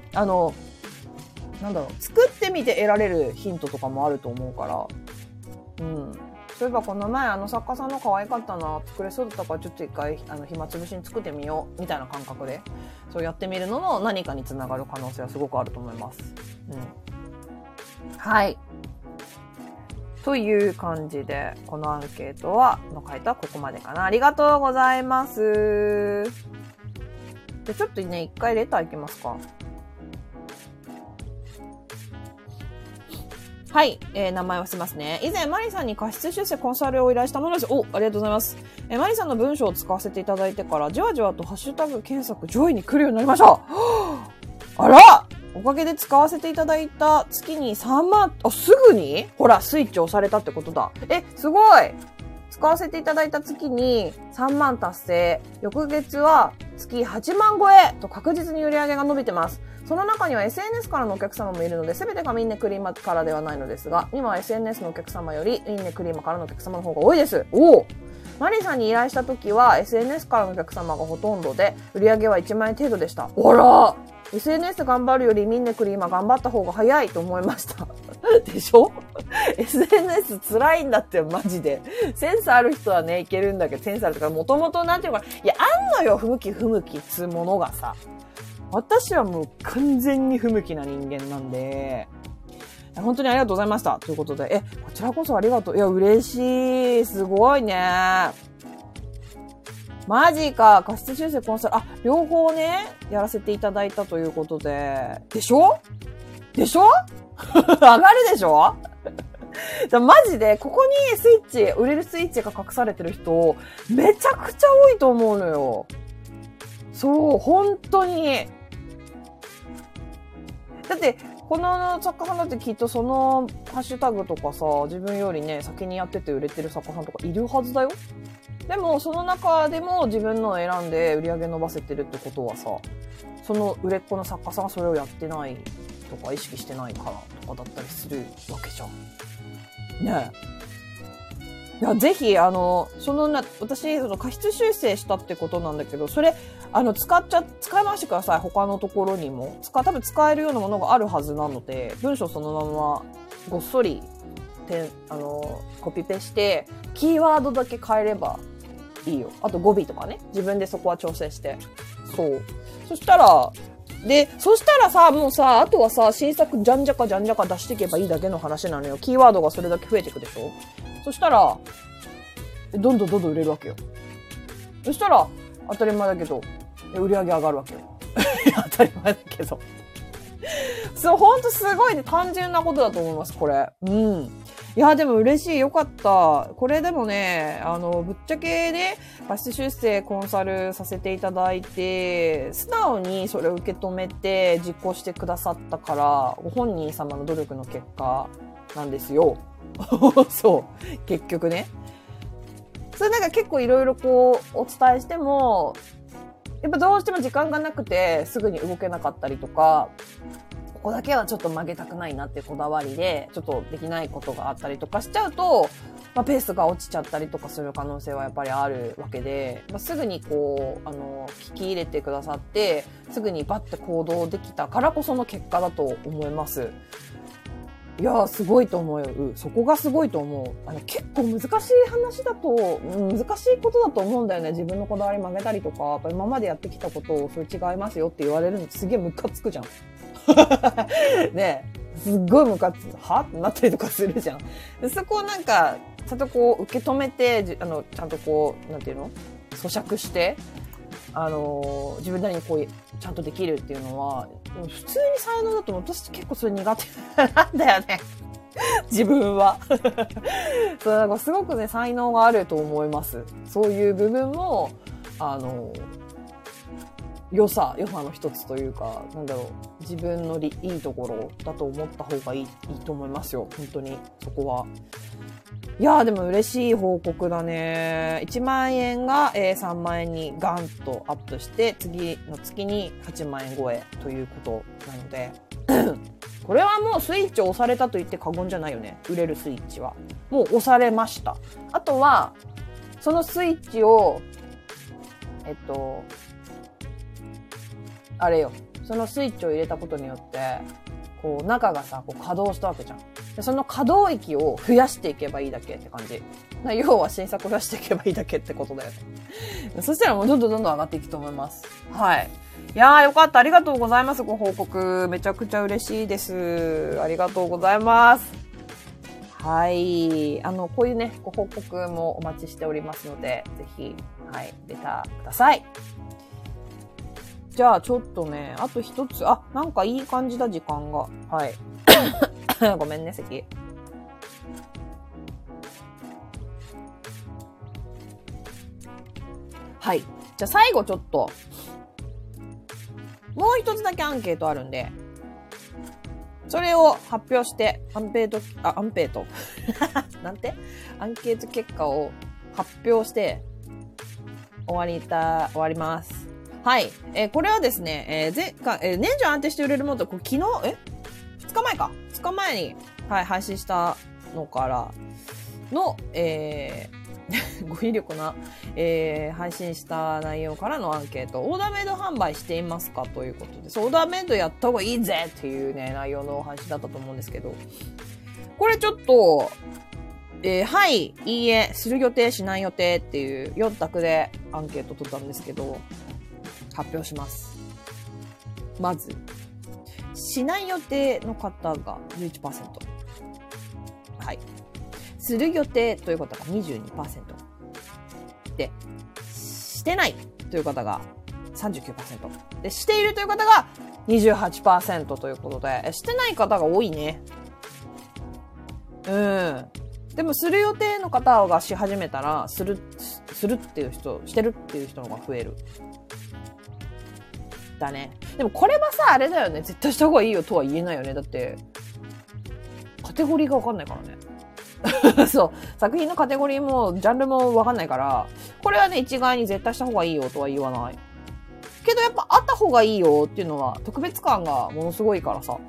作ってみて得られるヒントとかもあると思うから。うん。そういえばこの前作家さんの可愛かったな、作れそうだったからちょっと一回暇つぶしに作ってみようみたいな感覚でそうやってみるのの何かにつながる可能性はすごくあると思います。うん。はい。という感じでこのアンケートの回答はここまでかな。ありがとうございます。でちょっとね一回レターいきますか。 はい、名前をしますね。以前、マリさんに過失修正コンサルを依頼したものです。お、ありがとうございます。マリさんの文章を使わせていただいてから、じわじわとハッシュタグ検索上位に来るようになりました。あら、おかげで使わせていただいた月に3万、すぐにほら、スイッチ押されたってことだ。すごい。使わせていただいた月に3万達成。翌月は月8万超えと確実に売り上げが伸びてます。その中には SNS からのお客様もいるので、全てがミンネクリーマからではないのですが、今は SNS のお客様よりミンネクリーマからのお客様の方が多いです。マリーさんに依頼した時は SNS からのお客様がほとんどで、売り上げは1万円程度でした。あら !SNS 頑張るよりミンネクリーマ頑張った方が早いと思いました。でしょ ?SNS 辛いんだってマジで。センスある人はね、いけるんだけど、センスあるとか、もともとなんていうのかな。いや、あんのよ、不向きつうものがさ。私はもう完全に不向きな人間なんで、本当にありがとうございました。ということで、こちらこそありがとう。いや、嬉しい。すごいね。マジか。過失修正コンサル。両方ね、やらせていただいたということで。でしょ上がるでしょマジで、ここにスイッチ、売れるスイッチが隠されてる人、めちゃくちゃ多いと思うのよ。そう、本当に。だって、この作家さんだってきっとそのハッシュタグとかさ、自分よりね、先にやってて売れてる作家さんとかいるはずだよ。でも、その中でも自分のを選んで売り上げ伸ばせてるってことはさ、その売れっ子の作家さんはそれをやってないとか意識してないからとかだったりするわけじゃん。ねえ。いや、ぜひ、私、過失修正したってことなんだけど、それ、使い回してください。他のところにも。多分使えるようなものがあるはずなので、文章そのまま、ごっそり、コピペして、キーワードだけ変えればいいよ。あと語尾とかね。自分でそこは調整して。そう。そしたらさ、もうさ、あとはさ、新作じゃんじゃか出していけばいいだけの話なのよ。キーワードがそれだけ増えていくでしょ？そしたら、どんどん売れるわけよ。そしたら、当たり前だけど、売り上げ上がるわけよ。当たり前だけど。そう、ほんとすごいね、単純なことだと思います、これ。いや、でも嬉しい。よかった。これでもね、ぶっちゃけね、過失修正コンサルさせていただいて、素直にそれを受け止めて実行してくださったから、ご本人様の努力の結果なんですよ。そう。結局ね。それなんか結構いろいろこう、お伝えしても、やっぱどうしても時間がなくて、すぐに動けなかったりとか、ここだけはちょっと曲げたくないなっていうこだわりで、ちょっとできないことがあったりとかしちゃうと、ペースが落ちちゃったりとかする可能性はやっぱりあるわけで、すぐにこう、聞き入れてくださって、すぐにバッて行動できたからこその結果だと思います。いやー、すごいと思うよ。そこがすごいと思う。結構難しい話だと、難しいことだと思うんだよね。自分のこだわり曲げたりとか、やっぱ今までやってきたことをそれ違いますよって言われるのすげえムカつくじゃん。ねえ、すっごいムカつく。はってなったりとかするじゃん。でそこをなんか、ちゃんとこう受け止めて、ちゃんとこう、なんていうの？咀嚼して、自分なりにこう、ちゃんとできるっていうのは、普通に才能だと思う。私結構それ苦手なんだよね。自分は。そう、なんかすごくね、才能があると思います。そういう部分も、良さの一つというか、なんだろう、自分のいいところだと思った方がいいと思いますよ。本当に、そこは。いやーでも嬉しい報告だね。1万円が、3万円にガンとアップして、次の月に8万円超えということなので、これはもうスイッチを押されたと言って過言じゃないよね。売れるスイッチは。もう押されました。あとは、そのスイッチを、あれよ。そのスイッチを入れたことによって、こう中がさ、こう稼働したわけじゃん。でその可動域を増やしていけばいいだけって感じ。要は新作増やしていけばいいだけってことだよね。そしたらもうどんどん上がっていくと思います。はい。いやーよかった。ありがとうございます。ご報告。めちゃくちゃ嬉しいです。ありがとうございます。はい。こういうね、ご報告もお待ちしておりますので、ぜひ、はい、レターください。じゃあちょっとね、あと一つ、なんかいい感じだ、時間が。はい。ごめんね、席。 はい。じゃあ最後ちょっと、もう一つだけアンケートあるんで、それを発表して、アンケートなんてアンケート結果を発表して、終わります。はい。これはですね、年中安定して売れるものと、昨日、2日前か。2日前に、はい、配信したのからの、語彙力な、配信した内容からのアンケート。オーダーメイド販売していますかということです。オーダーメイドやった方がいいぜっていうね、内容の配信だったと思うんですけど、これちょっと、はい、いいえ、する予定、しない予定っていう4択でアンケート取ったんですけど、発表します。まず、しない予定の方が 11%。はい。する予定という方が 22%。で、してないという方が 39%。で、しているという方が 28% ということで、してない方が多いね。でも、する予定の方がし始めたら、するっていう人、してるっていう人の方が増える。だね。でもこれはさ、あれだよね。絶対した方がいいよとは言えないよね。だって、カテゴリーがわかんないからね。そう。作品のカテゴリーも、ジャンルもわかんないから、これはね、一概に絶対した方がいいよとは言わない。けどやっぱあった方がいいよっていうのは、特別感がものすごいからさ。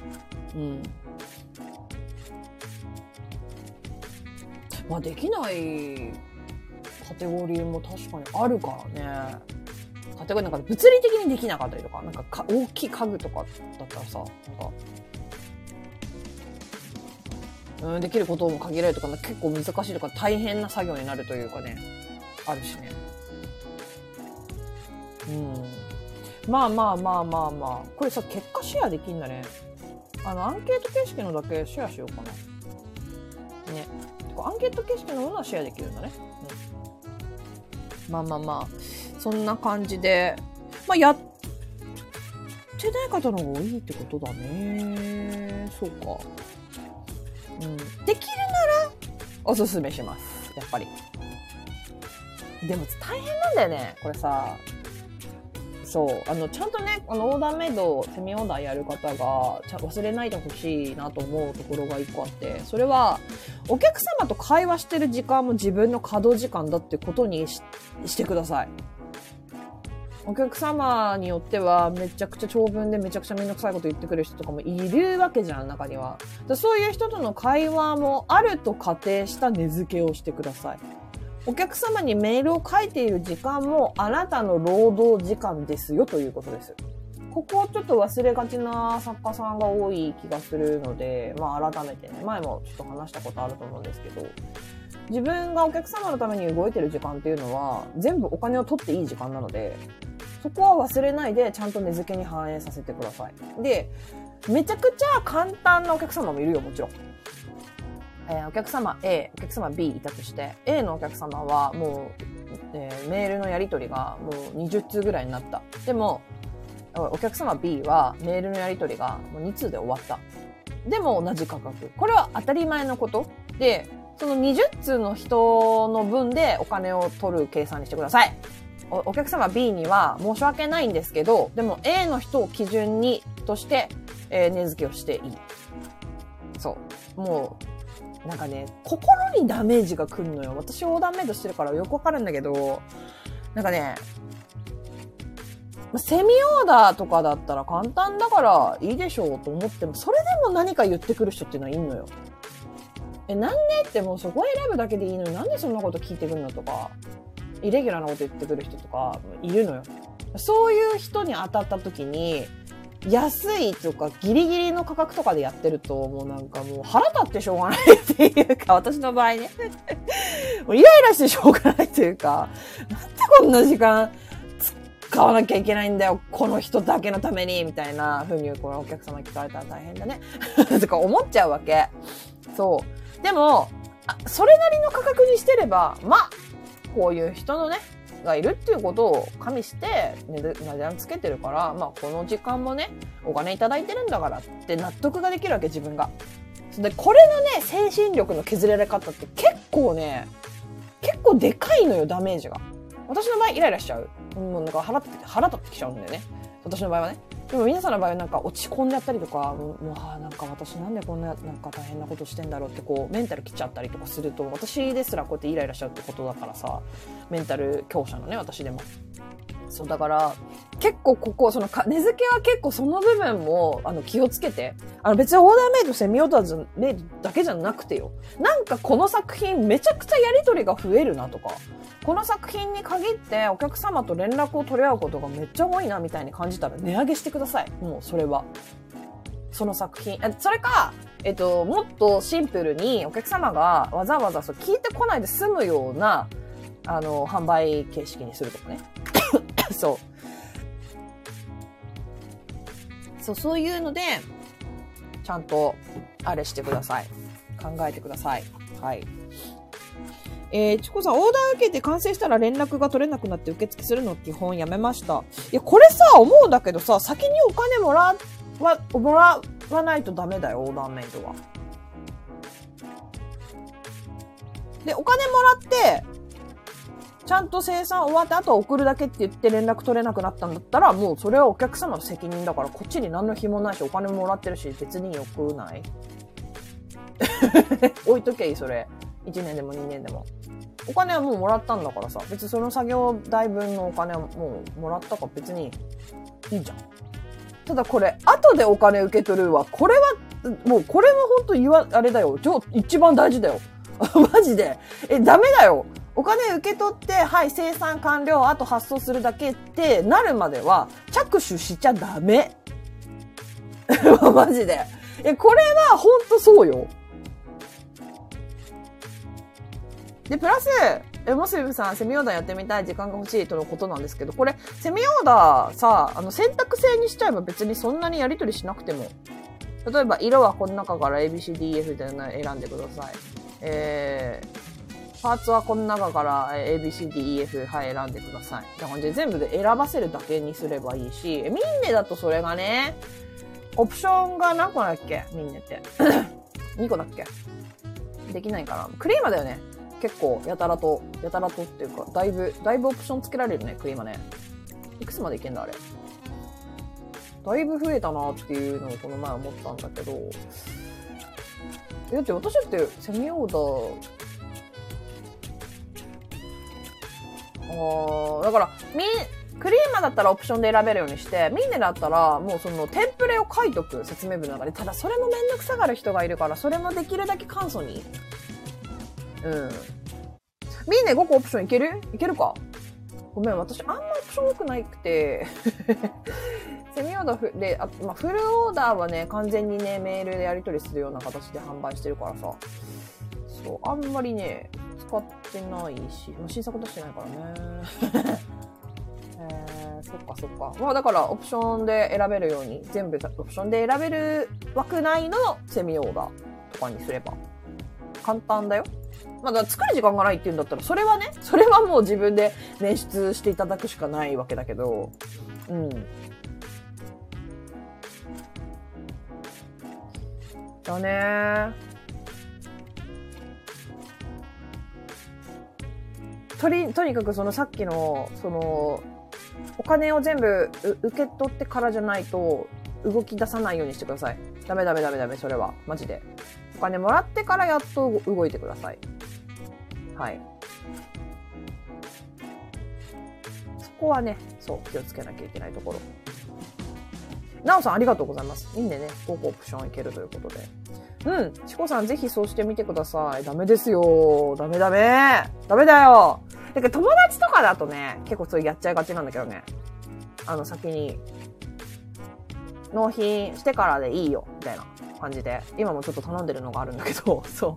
まあできないカテゴリーも確かにあるからね。カテゴリーなんか物理的にできなかったりとか、なんか大きい家具とかだったらさ、なんか、できることも限られるとか、結構難しいとか大変な作業になるというかね、あるしね。まあ。これさ、結果シェアできんだね。アンケート形式のだけシェアしようかな。ね。アンケート形式のものはシェアできるんだね。まあ。そんな感じで、まあ、やってない方の方が多いってことだね。そうか。できるなら、おすすめします。やっぱり。でも大変なんだよね。これさ。そう。ちゃんとね、オーダーメイド、セミオーダーやる方が、忘れないでほしいなと思うところが一個あって、それは、お客様と会話してる時間も自分の稼働時間だってことにしてください。お客様によっては、めちゃくちゃ長文でめちゃくちゃめんどくさいこと言ってくる人とかもいるわけじゃん、中には。そういう人との会話もあると仮定した値付けをしてください。お客様にメールを書いている時間もあなたの労働時間ですよということです。ここをちょっと忘れがちな作家さんが多い気がするので、まあ改めてね、前もちょっと話したことあると思うんですけど、自分がお客様のために動いてる時間っていうのは全部お金を取っていい時間なので、そこは忘れないでちゃんと値付けに反映させてください。で、めちゃくちゃ簡単なお客様もいるよ、もちろん。お客様 A、お客様 B いたとして、A のお客様はもう、メールのやり取りがもう20通ぐらいになった。でも、お客様 B はメールのやり取りがもう2通で終わった。でも同じ価格。これは当たり前のことで、その20通の人の分でお金を取る計算にしてください。お客様 B には申し訳ないんですけど、でも A の人を基準にとして、値付けをしていい。そう。もう、なんかね、心にダメージが来るのよ。私オーダーメイドしてるからよくわかるんだけど、なんかね、セミオーダーとかだったら簡単だからいいでしょうと思っても、それでも何か言ってくる人っていうのはいんのよ。なんでってもうそこ選ぶだけでいいのになんでそんなこと聞いてくるのとか、イレギュラーなこと言ってくる人とかいるのよ。そういう人に当たった時に、安いとかギリギリの価格とかでやってるともうなんかもう腹立ってしょうがないっていうか、私の場合ねもうイライラしてしょうがないというか、なんでこんな時間使わなきゃいけないんだよこの人だけのためにみたいな風にこのお客様聞かれたら大変だねとか思っちゃうわけ。そうでもそれなりの価格にしてれば、まあこういう人のねがいるっていうことを加味して値段つけてるから、まあこの時間もねお金いただいてるんだからって納得ができるわけ、自分が。でこれのね精神力の削られ方って結構でかいのよ、ダメージが。 私の場合イライラしちゃう。もうなんか腹立ってきちゃうんだよね。私の場合はね。でも皆さんの場合はなんか落ち込んじゃったりとか、なんか私なんでこんななんか大変なことしてんだろうってこうメンタルきちゃったりとかすると、私ですらこうやってイライラしちゃうってことだからさ、メンタル強者のね、私でも。そうだから結構ここその根付けは結構その部分も気をつけて、別にオーダーメイドセミオーダーメイドだけじゃなくてよ、なんかこの作品めちゃくちゃやり取りが増えるなとか、この作品に限ってお客様と連絡を取り合うことがめっちゃ多いなみたいに感じたら値上げしてください。もうそれはその作品、それかもっとシンプルにお客様がわざわざそう聞いてこないで済むような販売形式にするとかね。そういうのでちゃんとあれしてください。考えてください。はい。チコさん、オーダー受けて完成したら連絡が取れなくなって受付するの基本やめました。いや、これさ、思うんだけどさ、先にお金もらわないとダメだよ、オーダーメイドは。で、お金もらって、ちゃんと生産終わって、あとは送るだけって言って連絡取れなくなったんだったら、もうそれはお客様の責任だから、こっちに何の紐ないし、お金ももらってるし、別によくない置いとけいい、それ。1年でも2年でも。お金はもうもらったんだからさ、別にその作業代分のお金はもうもらったから別にいいじゃん。ただこれ、後でお金受け取るわ。これは、もうこれも本当あれだよ。一番大事だよ。マジで。ダメだよ。お金受け取って、はい、生産完了、あと発送するだけってなるまでは、着手しちゃダメ。マジで。これは本当そうよ。で、プラス、モスビブさん、セミオーダーやってみたい、時間が欲しいとのことなんですけど、これ、セミオーダーさ、選択制にしちゃえば別にそんなにやり取りしなくても。例えば、色はこの中から ABCDEF みたいなの選んでください。パーツはこの中から ABCDEF、はい、選んでください。って感じで全部で選ばせるだけにすればいいし、ミンネだとそれがね、オプションが何個だっけミンネって。2個だっけできないかな。クリーマだよね。結構、やたらとっていうか、だいぶオプションつけられるね、クリーマね。いくつまでいけんだ、あれ。だいぶ増えたなっていうのをこの前思ったんだけど、だって私だってセミオーダー、だから、クリーマだったらオプションで選べるようにして、ミンネだったらもうそのテンプレを書いとく、説明文の中で。ただそれもめんどくさがる人がいるから、それもできるだけ簡素に。ミンネ5個オプションいけるか。ごめん、私あんまオプション多くないくて。セミオーダーで、フルオーダーはね、完全にね、メールでやり取りするような形で販売してるからさ。そう、あんまりね、使ってないし、新作出してないからね。そっか。まあだから、オプションで選べるように、全部オプションで選べる枠内のセミオーダーとかにすれば。簡単だよ。まだ作る時間がないっていうんだったら、それはもう自分で捻出していただくしかないわけだけど、だね。とにかくそのさっきの、その、お金を全部受け取ってからじゃないと動き出さないようにしてください。ダメ、それは。マジで。お金もらってからやっと動いてください。はい。そこはね、気をつけなきゃいけないところ。なおさんありがとうございます。いいんでね、5個オプションいけるということで。チコさんぜひそうしてみてください。ダメですよ。ダメだよ。だから友達とかだとね、結構そうやっちゃいがちなんだけどね。先に、納品してからでいいよ、みたいな感じで。今もちょっと頼んでるのがあるんだけど、そう。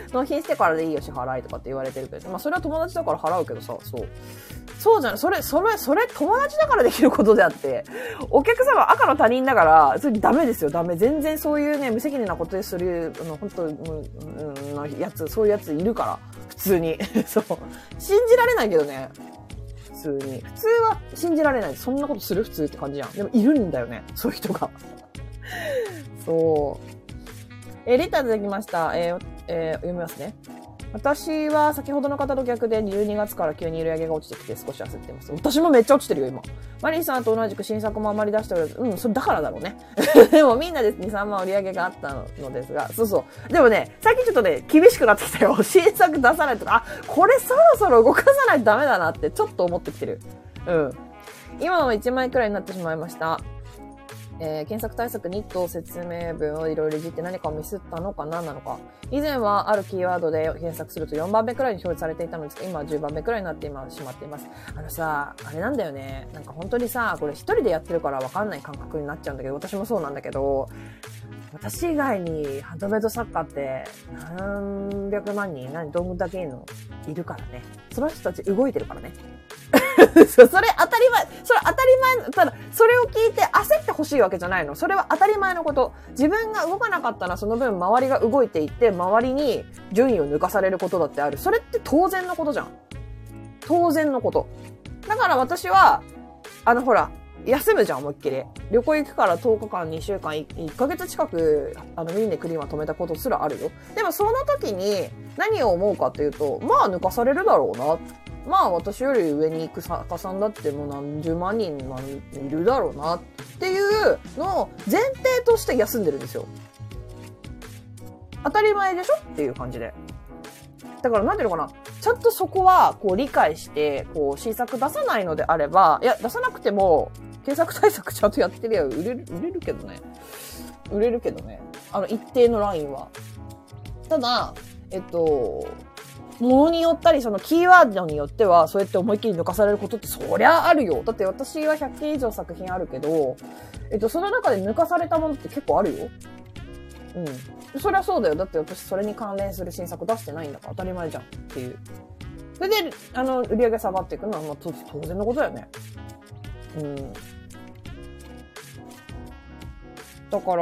納品してからでいいよ、支払いとかって言われてるけど。まあ、それは友達だから払うけどさ、そうじゃない。それ友達だからできることであって、お客様赤の他人だから、それダメですよ、ダメ。全然そういうね、無責任なことでする、本当のやつ、そういうやついるから、普通に。そう。信じられないけどね。普通は信じられない。そんなことする普通って感じじゃん。でもいるんだよね。そういう人が。そう。レターいただきました。読みますね。 私は先ほどの方と逆で12月から急に売り上げが落ちてきて少し焦ってます。私もめっちゃ落ちてるよ、今。マリーさんと同じく新作もあまり出しておらず、それだからだろうね。でもみんなで2、3万売り上げがあったのですが、そうそう。でもね、最近ちょっとね、厳しくなってきたよ。新作出さないとか、これそろそろ動かさないとダメだなってちょっと思ってきてる。今は1枚くらいになってしまいました。検索対策ニット説明文をいろいろいじって何かをミスったのか何なのか。以前はあるキーワードで検索すると4番目くらいに表示されていたのですが、今は10番目くらいになってしまっています。あれなんだよね。なんか本当にさ、これ一人でやってるからわかんない感覚になっちゃうんだけど、私もそうなんだけど、私以外にハンドメイド作家って何百万人、どんだけいるからね。その人たち動いてるからね。それ当たり前。ただ、それを聞いて焦ってほしいわけじゃないの。それは当たり前のこと。自分が動かなかったらその分周りが動いていって、周りに順位を抜かされることだってある。それって当然のことじゃん。当然のこと。だから私は、ほら、休むじゃん、思いっきり。旅行行くから10日間、2週間、1ヶ月近く、ウィンでクリームは止めたことすらあるよ。でもその時に何を思うかっていうと、まあ抜かされるだろうな。まあ私より上に行く作家さんだってもう何十万人いるだろうなっていうのを前提として休んでるんですよ。当たり前でしょっていう感じで。だからなんていうのかな。ちゃんとそこはこう理解して、こう新作出さないのであれば、いや出さなくても検索対策ちゃんとやってりゃ売れるけどね。売れるけどね。一定のラインは。ただ、ものによったり、そのキーワードによっては、そうやって思いっきり抜かされることってそりゃあるよ。だって私は100件以上作品あるけど、その中で抜かされたものって結構あるよ。そりゃそうだよ。だって私それに関連する新作出してないんだから当たり前じゃんっていう。それで、売り上げ下がっていくのは、まあ、当然のことだよね。だから、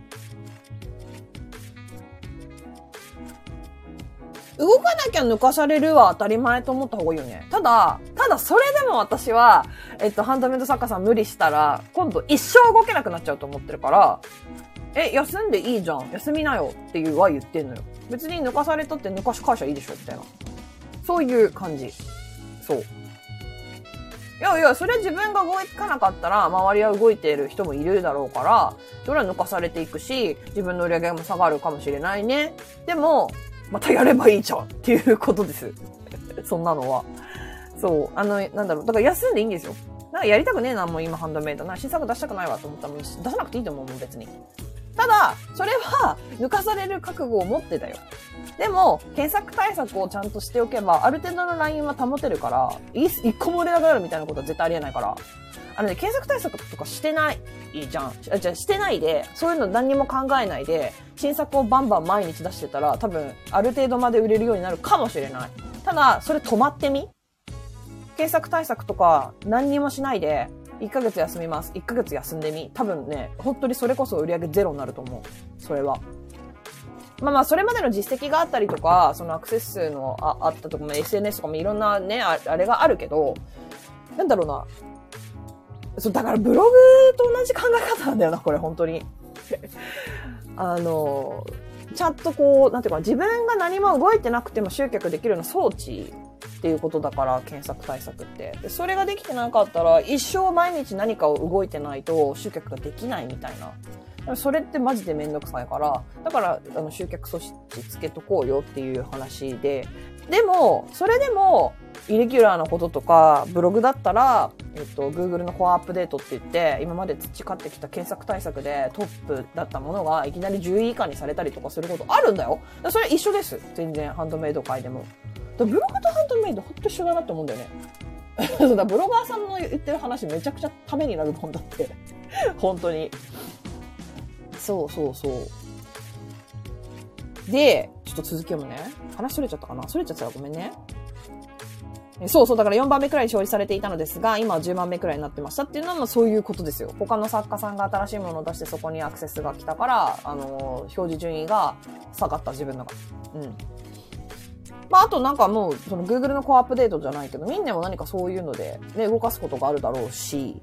動かなきゃ抜かされるは当たり前と思った方がいいよね。ただそれでも私は、ハンドメイド作家さん無理したら、今度一生動けなくなっちゃうと思ってるから、休んでいいじゃん。休みなよっては言ってんのよ。別に抜かされたって抜かし返しゃいいでしょみたいな。そういう感じ。そう。いや、それ自分が動かなかったら、周りは動いている人もいるだろうから、それは抜かされていくし、自分の売り上げも下がるかもしれないね。でも、またやればいいじゃんっていうことです。そんなのは。そう。だから休んでいいんですよ。なんかやりたくねえな、もう今ハンドメイドな。新作出したくないわと思ったら、出さなくていいと思うもん、別に。ただ、それは、抜かされる覚悟を持ってだよ。でも、検索対策をちゃんとしておけば、ある程度のラインは保てるから、一個も売れなくなるみたいなことは絶対ありえないから。検索対策とかしてないじゃん。してないで、そういうの何にも考えないで、新作をバンバン毎日出してたら、多分、ある程度まで売れるようになるかもしれない。ただ、それ止まってみ？検索対策とか何にもしないで、1ヶ月休みます。1ヶ月休んでみ。多分ね、本当にそれこそ売り上げゼロになると思う。それは。まあ、それまでの実績があったりとか、そのアクセス数のあったとかも SNS とかもいろんなね、あれがあるけど、なんだろうな。そう、だからブログと同じ考え方なんだよな、これ、本当に。ちゃんとこう、なんていうか、自分が何も動いてなくても集客できるような装置っていうことだから、検索対策って。でそれができてなかったら、一生毎日何かを動いてないと集客ができないみたいな。それってマジでめんどくさいから、だから、集客組織つけとこうよっていう話で、でも、それでも、イレギュラーなこととか、ブログだったら、Google のコアアップデートって言って、今まで培ってきた検索対策でトップだったものがいきなり10位以下にされたりとかすることあるんだよ。それ一緒です。全然、ハンドメイド界でも。ブログとハンドメイドほんと一緒だなって思うんだよね。そうだ、ブロガーさんの言ってる話めちゃくちゃためになるもんだって。本当に。そう。で、ちょっと続き読むね。話それちゃったかな？それちゃったらごめんね。そう、だから4番目くらいに表示されていたのですが、今は10番目くらいになってましたっていうのはそういうことですよ。他の作家さんが新しいものを出してそこにアクセスが来たから、表示順位が下がった自分のが。まあ、あとなんかもう、その Google のコアアップデートじゃないけど、みんなも何かそういうので、ね、動かすことがあるだろうし、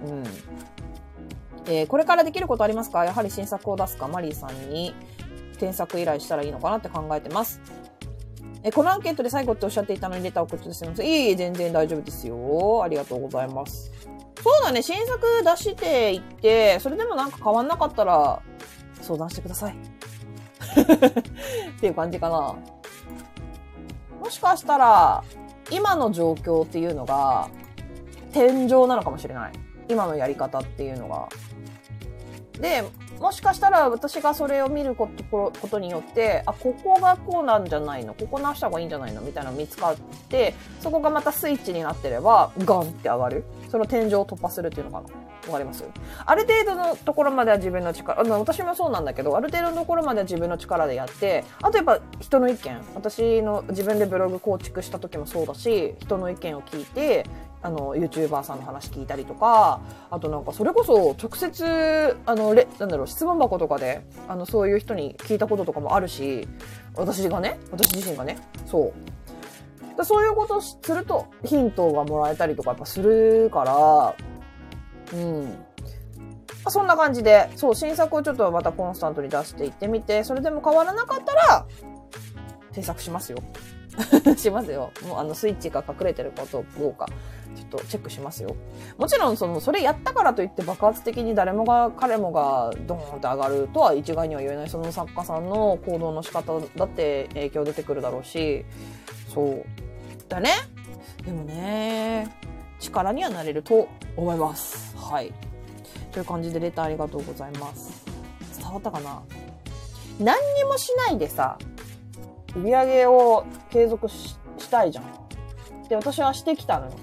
これからできることありますか？やはり新作を出すか、マリーさんに添削依頼したらいいのかなって考えてます。 このアンケートで最後っておっしゃっていたのにレター送ってすみません。いい、全然大丈夫ですよ。ありがとうございます。そうだね、新作出していって、それでもなんか変わんなかったら、相談してください。っていう感じかな。もしかしたら、今の状況っていうのが、天井なのかもしれない。今のやり方っていうのが。で、もしかしたら私がそれを見ることによって、あ、ここがこうなんじゃないの、ここ直した方がいいんじゃないのみたいなのが見つかって、そこがまたスイッチになってれば、ガンって上がる。その天井を突破するっていうのかな。わかります？ある程度のところまでは自分の力、私もそうなんだけど、ある程度のところまでは自分の力でやって、あとやっぱ人の意見、私の自分でブログ構築した時もそうだし、人の意見を聞いて、YouTuber さんの話聞いたりとか、あとなんかそれこそ直接、質問箱とかで、そういう人に聞いたこととかもあるし、私自身がね、そう。そういうことをするとヒントがもらえたりとかやっぱするから、そんな感じで、そう、新作をちょっとまたコンスタントに出していってみて、それでも変わらなかったら、制作しますよ。しますよ。もうスイッチが隠れてることをどうか、ちょっとチェックしますよ。もちろんそれやったからといって爆発的に彼もがドーンって上がるとは一概には言えない。その作家さんの行動の仕方だって影響出てくるだろうし、そう。だね。でもね、力にはなれると思います。はい。という感じでレターありがとうございます。伝わったかな？何にもしないでさ、売り上げを継続したいじゃん。で、私はしてきたのよ。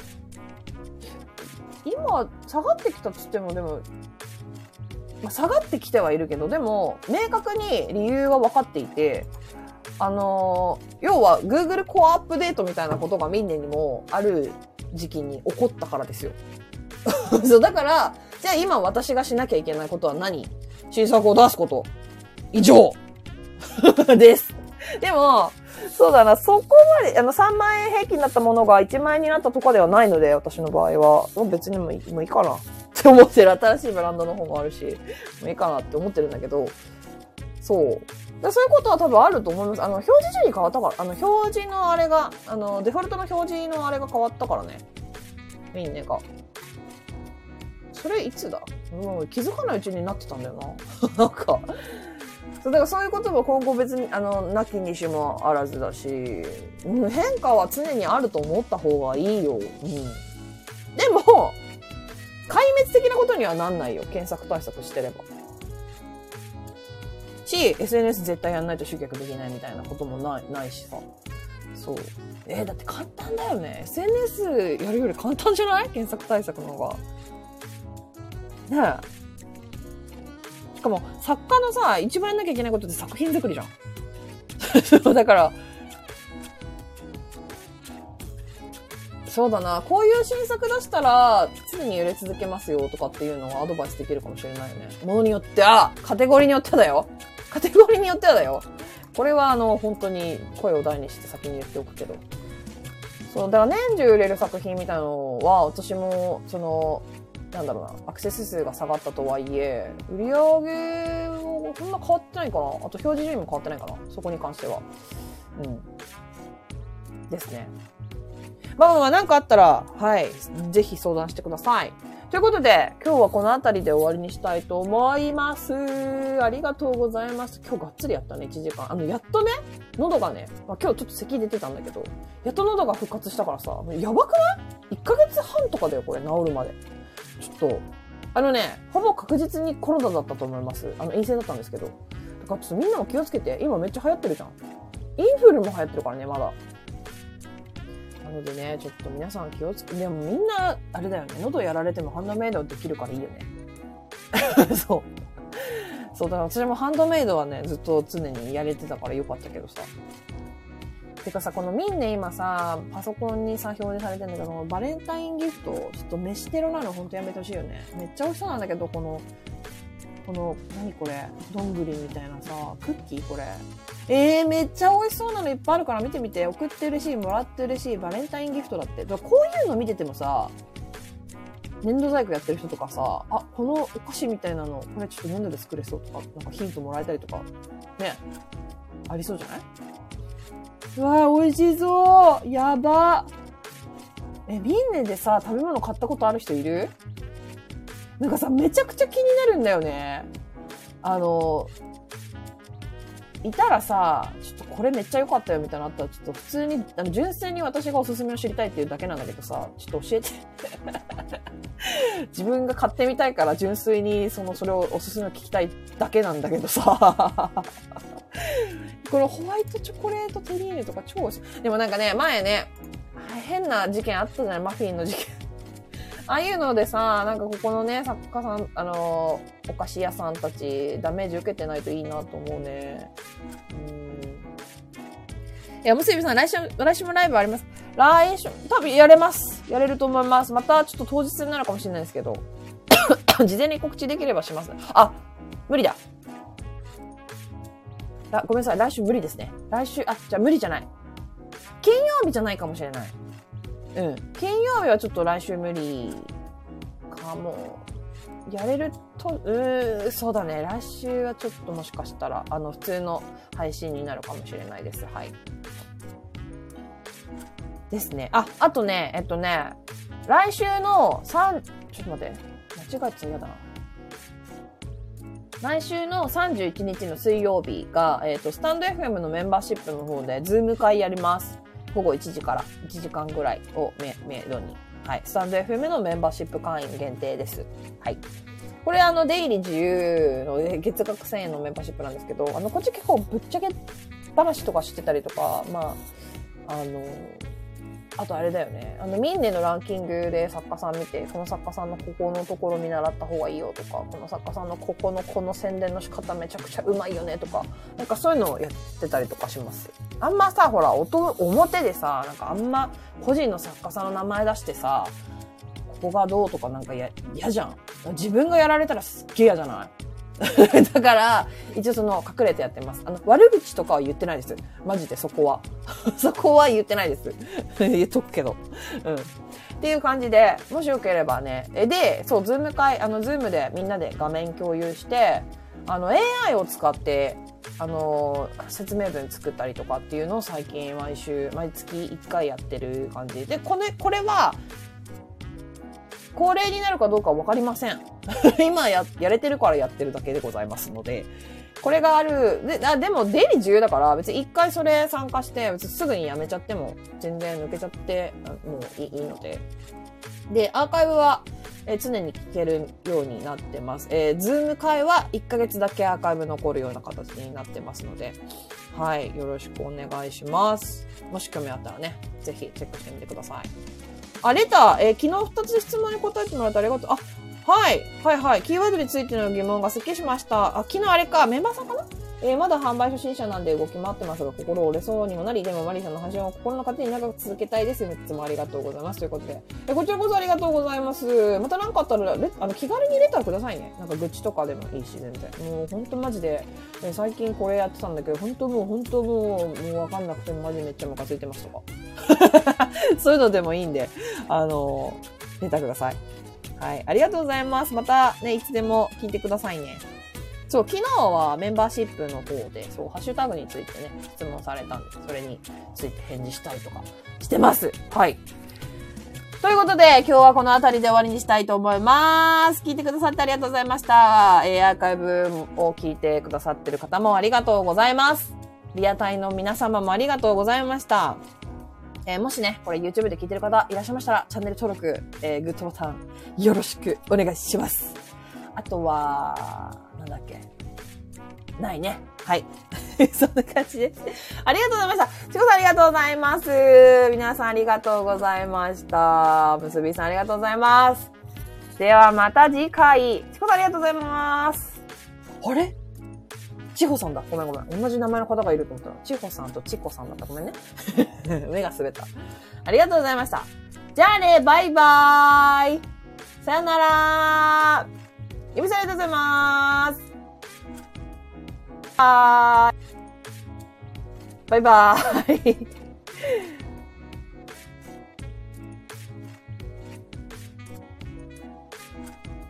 今、下がってきたっつっても、でも、下がってきてはいるけど、でも、明確に理由は分かっていて、要は Google コアアップデートみたいなことが民年にもある時期に起こったからですよ。そう、だから、じゃあ今私がしなきゃいけないことは何？新作を出すこと。以上です。でも、そうだな、そこまで、3万円平均だったものが1万円になったとかではないので、私の場合は。別にもういいかなって思ってる。新しいブランドの方もあるし、もういいかなって思ってるんだけど、そう。そういうことは多分あると思います。表示順に変わったから、表示のあれが、デフォルトの表示のあれが変わったからね。メインねが。それいつだ？もう気づかないうちになってたんだよな。なんか。だからそういうことも今後別に、なきにしもあらずだし、変化は常にあると思った方がいいよ。でも、壊滅的なことにはなんないよ。検索対策してれば。SNS 絶対やんないと集客できないみたいなこともないしさ。そう。だって簡単だよね。SNS やるより簡単じゃない？検索対策の方が。ねえ。しかも、作家のさ、一番やんなきゃいけないことって作品作りじゃん。そう、だから、そうだな、こういう新作出したら、常に売れ続けますよとかっていうのをアドバイスできるかもしれないよね。ものによっては、カテゴリーによってはだよ。カテゴリーによってはだよ。これは本当に声を大にして先に言っておくけど。そう、だから年中売れる作品みたいなのは、私も、なんだろうな、アクセス数が下がったとはいえ、売り上げをそんな変わってないかな。あと表示順位も変わってないかな。そこに関しては。ですね。なんかあったら、はい、ぜひ相談してください。ということで、今日はこの辺りで終わりにしたいと思います。ありがとうございます。今日がっつりやったね、1時間。やっとね、喉がね、今日ちょっと咳出てたんだけど、やっと喉が復活したからさ、やばくない？ 1 ヶ月半とかだよ、これ、治るまで。ちょっと、ほぼ確実にコロナだったと思います。陰性だったんですけど。だからちょっとみんなも気をつけて、今めっちゃ流行ってるじゃん。インフルも流行ってるからね、まだ。なのでね、ちょっと皆さん気をつけて、でもみんな、あれだよね、喉やられてもハンドメイドできるからいいよね。そう。そう、だから私もハンドメイドはね、ずっと常にやれてたからよかったけどさ。てかさ、このミンね、今さ、パソコンにさ、表示されてんだけど、バレンタインギフト、ちょっと飯テロなのほんとやめてほしいよね。めっちゃ美味しそうなんだけど、この、何これ、どんぐりみたいなさ、クッキーこれ。めっちゃ美味しそうなのいっぱいあるから見てみて。送って嬉しい、もらって嬉しい、バレンタインギフトだって。だからこういうの見ててもさ、粘土細工やってる人とかさ、あ、このお菓子みたいなの、これちょっと粘土で作れそうとか、なんかヒントもらえたりとか、ね、ありそうじゃない？ うわー、美味しそう。やば。ミンネでさ、食べ物買ったことある人いる？なんかさ、めちゃくちゃ気になるんだよね。いたらさ、ちょっとこれめっちゃ良かったよみたいなのあったら、ちょっと普通に、純粋に私がおすすめを知りたいっていうだけなんだけどさ、ちょっと教えて。自分が買ってみたいから純粋にそれをおすすめを聞きたいだけなんだけどさ。このホワイトチョコレートテリーヌとか超美味しい。でもなんかね、前ね、変な事件あったじゃない、マフィンの事件。ああいうのでさ、なんかここのね、作家さん、お菓子屋さんたち、ダメージ受けてないといいなと思うね。いや、むすびさん、来週もライブあります。来週、多分やれます。やれると思います。またちょっと当日になるかもしれないですけど。事前に告知できればします。あ、無理だ。ごめんなさい。来週無理ですね。じゃあ無理じゃない。金曜日じゃないかもしれない。金曜日はちょっと来週無理かも。やれると、そうだね。来週はちょっともしかしたら、普通の配信になるかもしれないです。はい。ですね。あとね、来週のちょっと待って。間違えて嫌だな。来週の31日の水曜日が、スタンド FM のメンバーシップの方で、ズーム会やります。午後1時から1時間ぐらいをめどに。はい。スタンド FM のメンバーシップ会員限定です。はい。これ出入り自由の月額1000円のメンバーシップなんですけど、こっち結構ぶっちゃけ話とかしてたりとか、まあ、あとあれだよね。ミンネのランキングで作家さん見て、この作家さんのここのところ見習った方がいいよとか、この作家さんのこの宣伝の仕方めちゃくちゃうまいよねとか、なんかそういうのをやってたりとかします。あんまさ、ほら、表でさ、なんかあんま個人の作家さんの名前出してさ、ここがどうとかなんか嫌じゃん。自分がやられたらすっげえ嫌じゃないだから、一応隠れてやってます。悪口とかは言ってないです。マジでそこは。そこは言ってないです。言っとくけど。っていう感じで、もしよければね。で、そう、ズーム会、ズームでみんなで画面共有して、AI を使って、説明文作ったりとかっていうのを最近毎月1回やってる感じで、これは、恒例になるかどうかはわかりません。今やれてるからやってるだけでございますので、これがある。でも出入り自由だから、別に一回それ参加して、別にすぐにやめちゃっても、全然抜けちゃって、もういいので。で、アーカイブは、常に聞けるようになってます。ズーム会は1ヶ月だけアーカイブ残るような形になってますので、はい、よろしくお願いします。もし興味あったらね、ぜひチェックしてみてください。レター、昨日2つ質問に答えてもらってありがとう。はい。キーワードについての疑問がすっきりしました。昨日あれか、メンバーさんかな？まだ販売初心者なんで動き回ってますが、心折れそうにもなり、でもマリーさんの配信を心の糧に長く続けたいです。いつもありがとうございます。ということで。こちらこそありがとうございます。また何かあったら、気軽にレターくださいね。なんか愚痴とかでもいいし、全然。もうほんとマジで、最近これやってたんだけど、ほんともうわかんなくてマジめっちゃムカついてますとか。そういうのでもいいんで、レターください。はい。ありがとうございます。またね、いつでも聞いてくださいね。そう、昨日はメンバーシップの方で、そう、ハッシュタグについてね、質問されたんで、それについて返事したりとかしてます。はい。ということで、今日はこの辺りで終わりにしたいと思います。聞いてくださってありがとうございました。アーカイブを聞いてくださってる方もありがとうございます。リアタイの皆様もありがとうございました。もしね、これ YouTube で聞いてる方いらっしゃいましたら、チャンネル登録、グッドボタン、よろしくお願いします。あとは、なんだっけ。ないね。はい。そんな感じです。ありがとうございました。ちこさんありがとうございます。皆さんありがとうございました。むすびさんありがとうございます。ではまた次回。ちこさんありがとうございます。あれちほさんだ。ごめん。同じ名前の方がいると思ったら、ちほさんとちこさんだった。ごめんね。目が滑った。ありがとうございました。じゃあね、バイバーイ。さよなら。ゆみさんありがとうございます。バイバーイ。